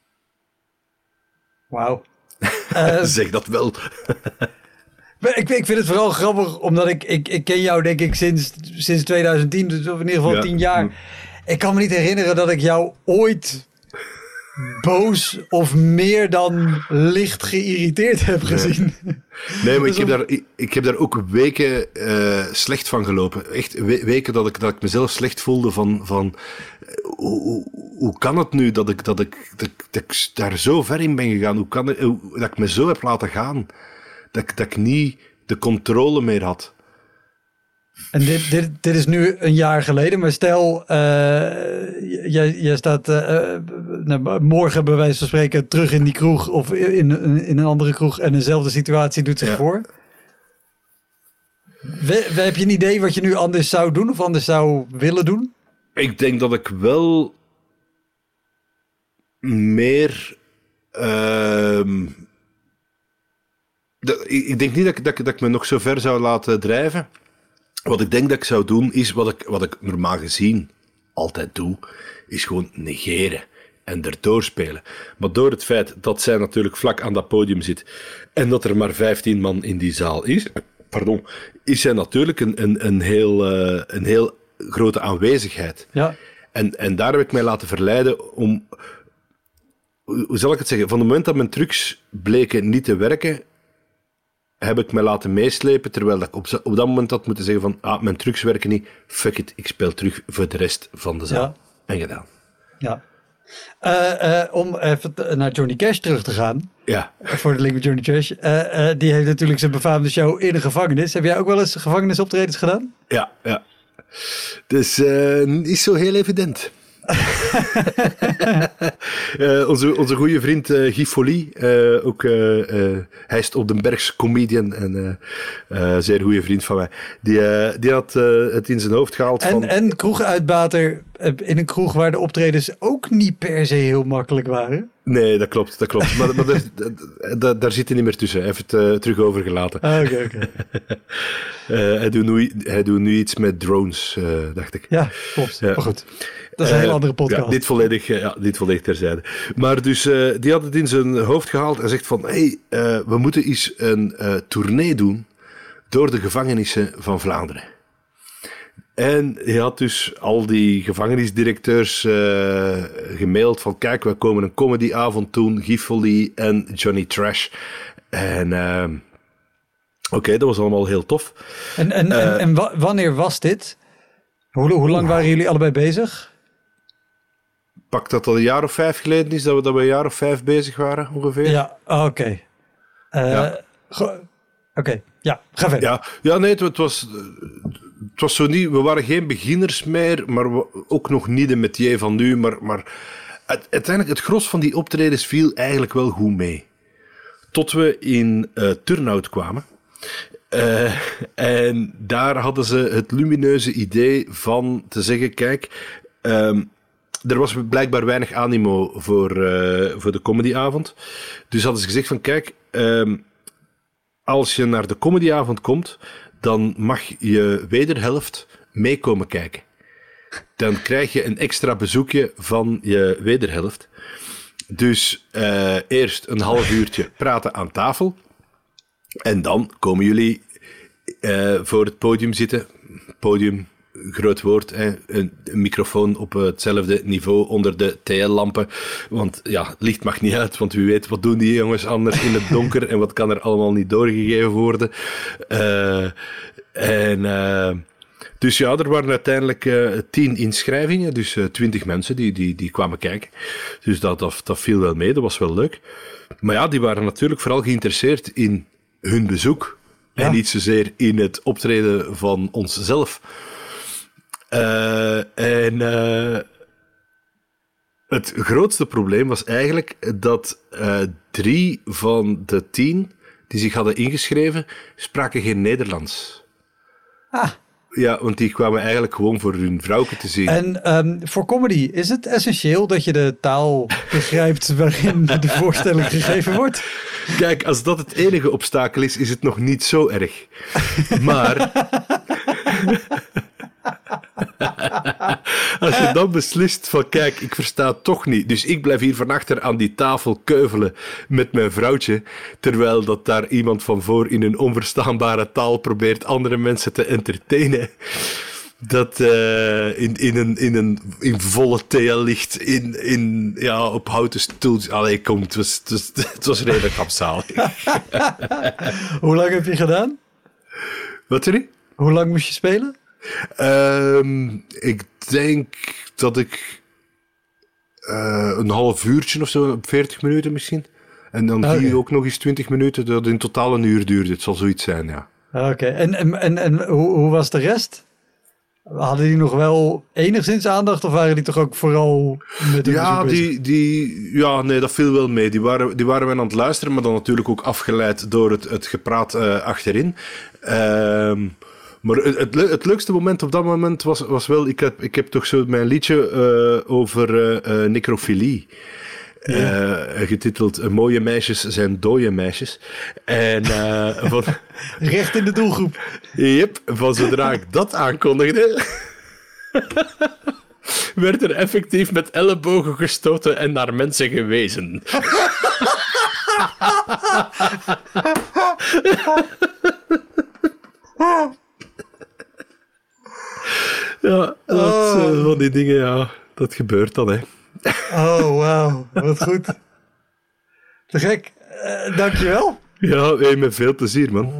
Wauw. Uh, zeg dat wel. Ik, ik vind het vooral grappig, omdat ik, ik, ik ken jou denk ik sinds, sinds twintig tien, dus of in ieder geval ja. tien jaar. Ik kan me niet herinneren dat ik jou ooit boos of meer dan licht geïrriteerd heb gezien. Nee, nee maar dus ik, heb daar, ik, ik heb daar ook weken uh, slecht van gelopen. Echt we, weken dat ik, dat ik mezelf slecht voelde van... van hoe, hoe, hoe kan het nu dat ik, dat, ik, dat, ik, dat ik daar zo ver in ben gegaan? Hoe kan het, hoe, dat ik me zo heb laten gaan? Dat, dat ik niet de controle meer had. En dit, dit, dit is nu een jaar geleden, maar stel, uh, jij, jij staat uh, nou, morgen bij wijze van spreken terug in die kroeg of in, in, in een andere kroeg en dezelfde situatie doet zich ja. voor. We, we, heb je een idee wat je nu anders zou doen of anders zou willen doen? Ik denk dat ik wel meer... Uh, de, ik denk niet dat ik, dat, dat ik me nog zo ver zou laten drijven. Wat ik denk dat ik zou doen, is wat ik, wat ik normaal gezien altijd doe, is gewoon negeren en erdoor spelen. Maar door het feit dat zij natuurlijk vlak aan dat podium zit en dat er maar vijftien man in die zaal is, pardon, is zij natuurlijk een, een, een, heel, uh, een heel grote aanwezigheid. Ja. En, en daar heb ik mij laten verleiden om, hoe zal ik het zeggen, van het moment dat mijn trucs bleken niet te werken, heb ik me laten meeslepen, terwijl ik op, op dat moment had moeten zeggen van, ah, mijn trucs werken niet, fuck it, ik speel terug voor de rest van de zaal. Ja. En gedaan. Ja. Uh, uh, om even t- naar Johnny Cash terug te gaan, ja. voor de link met Johnny Cash, uh, uh, die heeft natuurlijk zijn befaamde show in een gevangenis. Heb jij ook wel eens gevangenisoptredens gedaan? Ja, ja. Dus uh, niet zo heel evident. uh, onze, onze goede vriend uh, Guy Folly, uh, ook, uh, uh, hij is op den Bergs comedian en uh, uh, zeer goede vriend van mij. Die, uh, die had uh, het in zijn hoofd gehaald. En, van... en kroeguitbater in een kroeg waar de optredens ook niet per se heel makkelijk waren. Nee, dat klopt, dat klopt. Maar, maar daar, daar, daar zit hij niet meer tussen. Hij heeft het uh, terug overgelaten. Ah, oké, okay, oké. Okay. uh, hij, doet nu, hij doet nu iets met drones, uh, dacht ik. Ja, klopt. Ja. Maar goed. Dat is een uh, hele andere podcast. Ja, dit volledig, ja, dit volledig terzijde. Maar dus, uh, die had het in zijn hoofd gehaald en zegt van, hey, uh, we moeten eens een uh, tournee doen door de gevangenissen van Vlaanderen. En hij had dus al die gevangenisdirecteurs uh, gemaild van, kijk, wij komen een comedyavond doen, Guy Folly en Johnny Trash. En uh, oké, okay, dat was allemaal heel tof. En, en, uh, en, en w- wanneer was dit? Hoe, hoe lang waren jullie allebei bezig? Pak dat al een jaar of vijf geleden is, dat we, dat we een jaar of vijf bezig waren, ongeveer. Ja, oké. Okay. Uh, ja. Go- oké, okay. ja, ga verder. Ja, ja nee, het, het was... Het was zo niet, we waren geen beginners meer, maar we, ook nog niet de métier van nu. Maar, maar uiteindelijk, het gros van die optredens viel eigenlijk wel goed mee. Tot we in uh, Turnhout kwamen. Uh, en daar hadden ze het lumineuze idee van te zeggen, kijk, um, er was blijkbaar weinig animo voor, uh, voor de comedyavond. Dus hadden ze gezegd van, kijk, um, als je naar de comedyavond komt, dan mag je wederhelft meekomen kijken. Dan krijg je een extra bezoekje van je wederhelft. Dus uh, eerst een half uurtje praten aan tafel. En dan komen jullie uh, voor het podium zitten. Podium, groot woord. Hè? Een, een microfoon op hetzelfde niveau onder de T L-lampen. Want ja, het licht mag niet uit. Want wie weet, wat doen die jongens anders in het donker? En wat kan er allemaal niet doorgegeven worden? Uh, en... Uh, Dus ja, er waren uiteindelijk uh, tien inschrijvingen, dus uh, twintig mensen die, die, die kwamen kijken. Dus dat, dat, dat viel wel mee, dat was wel leuk. Maar ja, die waren natuurlijk vooral geïnteresseerd in hun bezoek. Ja. En niet zozeer in het optreden van onszelf. Uh, en uh, het grootste probleem was eigenlijk dat uh, drie van de tien die zich hadden ingeschreven, spraken geen Nederlands. Ah. Ja, want die kwamen eigenlijk gewoon voor hun vrouwke te zien. En um, voor comedy, is het essentieel dat je de taal begrijpt waarin de voorstelling gegeven wordt? Kijk, als dat het enige obstakel is, is het nog niet zo erg. Maar als je dan beslist van, kijk, ik versta het toch niet, dus ik blijf hier van achter aan die tafel keuvelen met mijn vrouwtje, terwijl dat daar iemand van voor in een onverstaanbare taal probeert andere mensen te entertainen. Dat uh, in, in, een, in een in volle theelicht, in, in, ja, op houten stoeltjes. Allee, kom, het was, het was, het was redelijk rampzalig. Hoe lang heb je gedaan? Wat er niet? Hoe lang moest je spelen? Um, ik denk dat ik uh, een half uurtje of zo, veertig minuten misschien. En dan okay. hier ook nog eens twintig minuten, dat in totaal een uur duurde. Het zal zoiets zijn, ja. Oké, okay. en, en, en, en hoe, hoe was de rest? Hadden die nog wel enigszins aandacht of waren die toch ook vooral met hun ja, die, die, ja, nee, dat viel wel mee. Die waren, die waren we aan het luisteren, maar dan natuurlijk ook afgeleid door het, het gepraat uh, achterin. Uh, maar het, het, het leukste moment op dat moment was, was wel... Ik heb, ik heb toch zo mijn liedje uh, over uh, uh, necrofilie. Ja. Uh, getiteld Mooie meisjes zijn dode meisjes. En uh, van... Recht in de doelgroep. Yep, van zodra ik dat aankondigde, werd er effectief met ellebogen gestoten en naar mensen gewezen. Ja, dat, oh. uh, van die dingen, ja, dat gebeurt dan, hè. Oh, wauw. Wat goed. Te gek. Uh, dankjewel. Ja, hey, met veel plezier, man.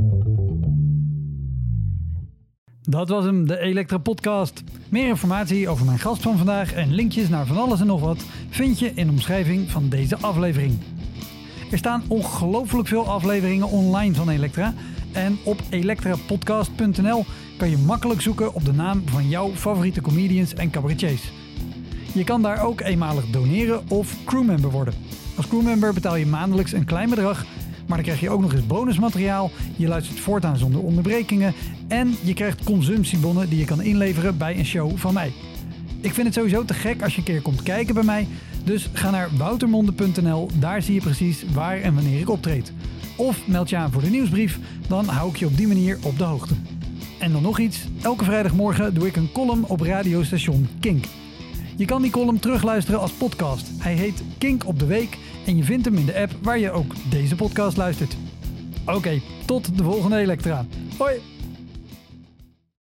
Dat was hem, de Elektra Podcast. Meer informatie over mijn gast van vandaag en linkjes naar van alles en nog wat vind je in de omschrijving van deze aflevering. Er staan ongelooflijk veel afleveringen online van Elektra. En op elektrapodcast punt n l kan je makkelijk zoeken op de naam van jouw favoriete comedians en cabaretiers. Je kan daar ook eenmalig doneren of crewmember worden. Als crewmember betaal je maandelijks een klein bedrag, maar dan krijg je ook nog eens bonusmateriaal, je luistert voortaan zonder onderbrekingen en je krijgt consumptiebonnen die je kan inleveren bij een show van mij. Ik vind het sowieso te gek als je een keer komt kijken bij mij, dus ga naar woutermonde punt n l, daar zie je precies waar en wanneer ik optreed. Of meld je aan voor de nieuwsbrief, dan hou ik je op die manier op de hoogte. En dan nog iets, elke vrijdagmorgen doe ik een column op radiostation Kink. Je kan die column terugluisteren als podcast. Hij heet Kink op de Week en je vindt hem in de app waar je ook deze podcast luistert. Oké, okay, tot de volgende Elektra. Hoi!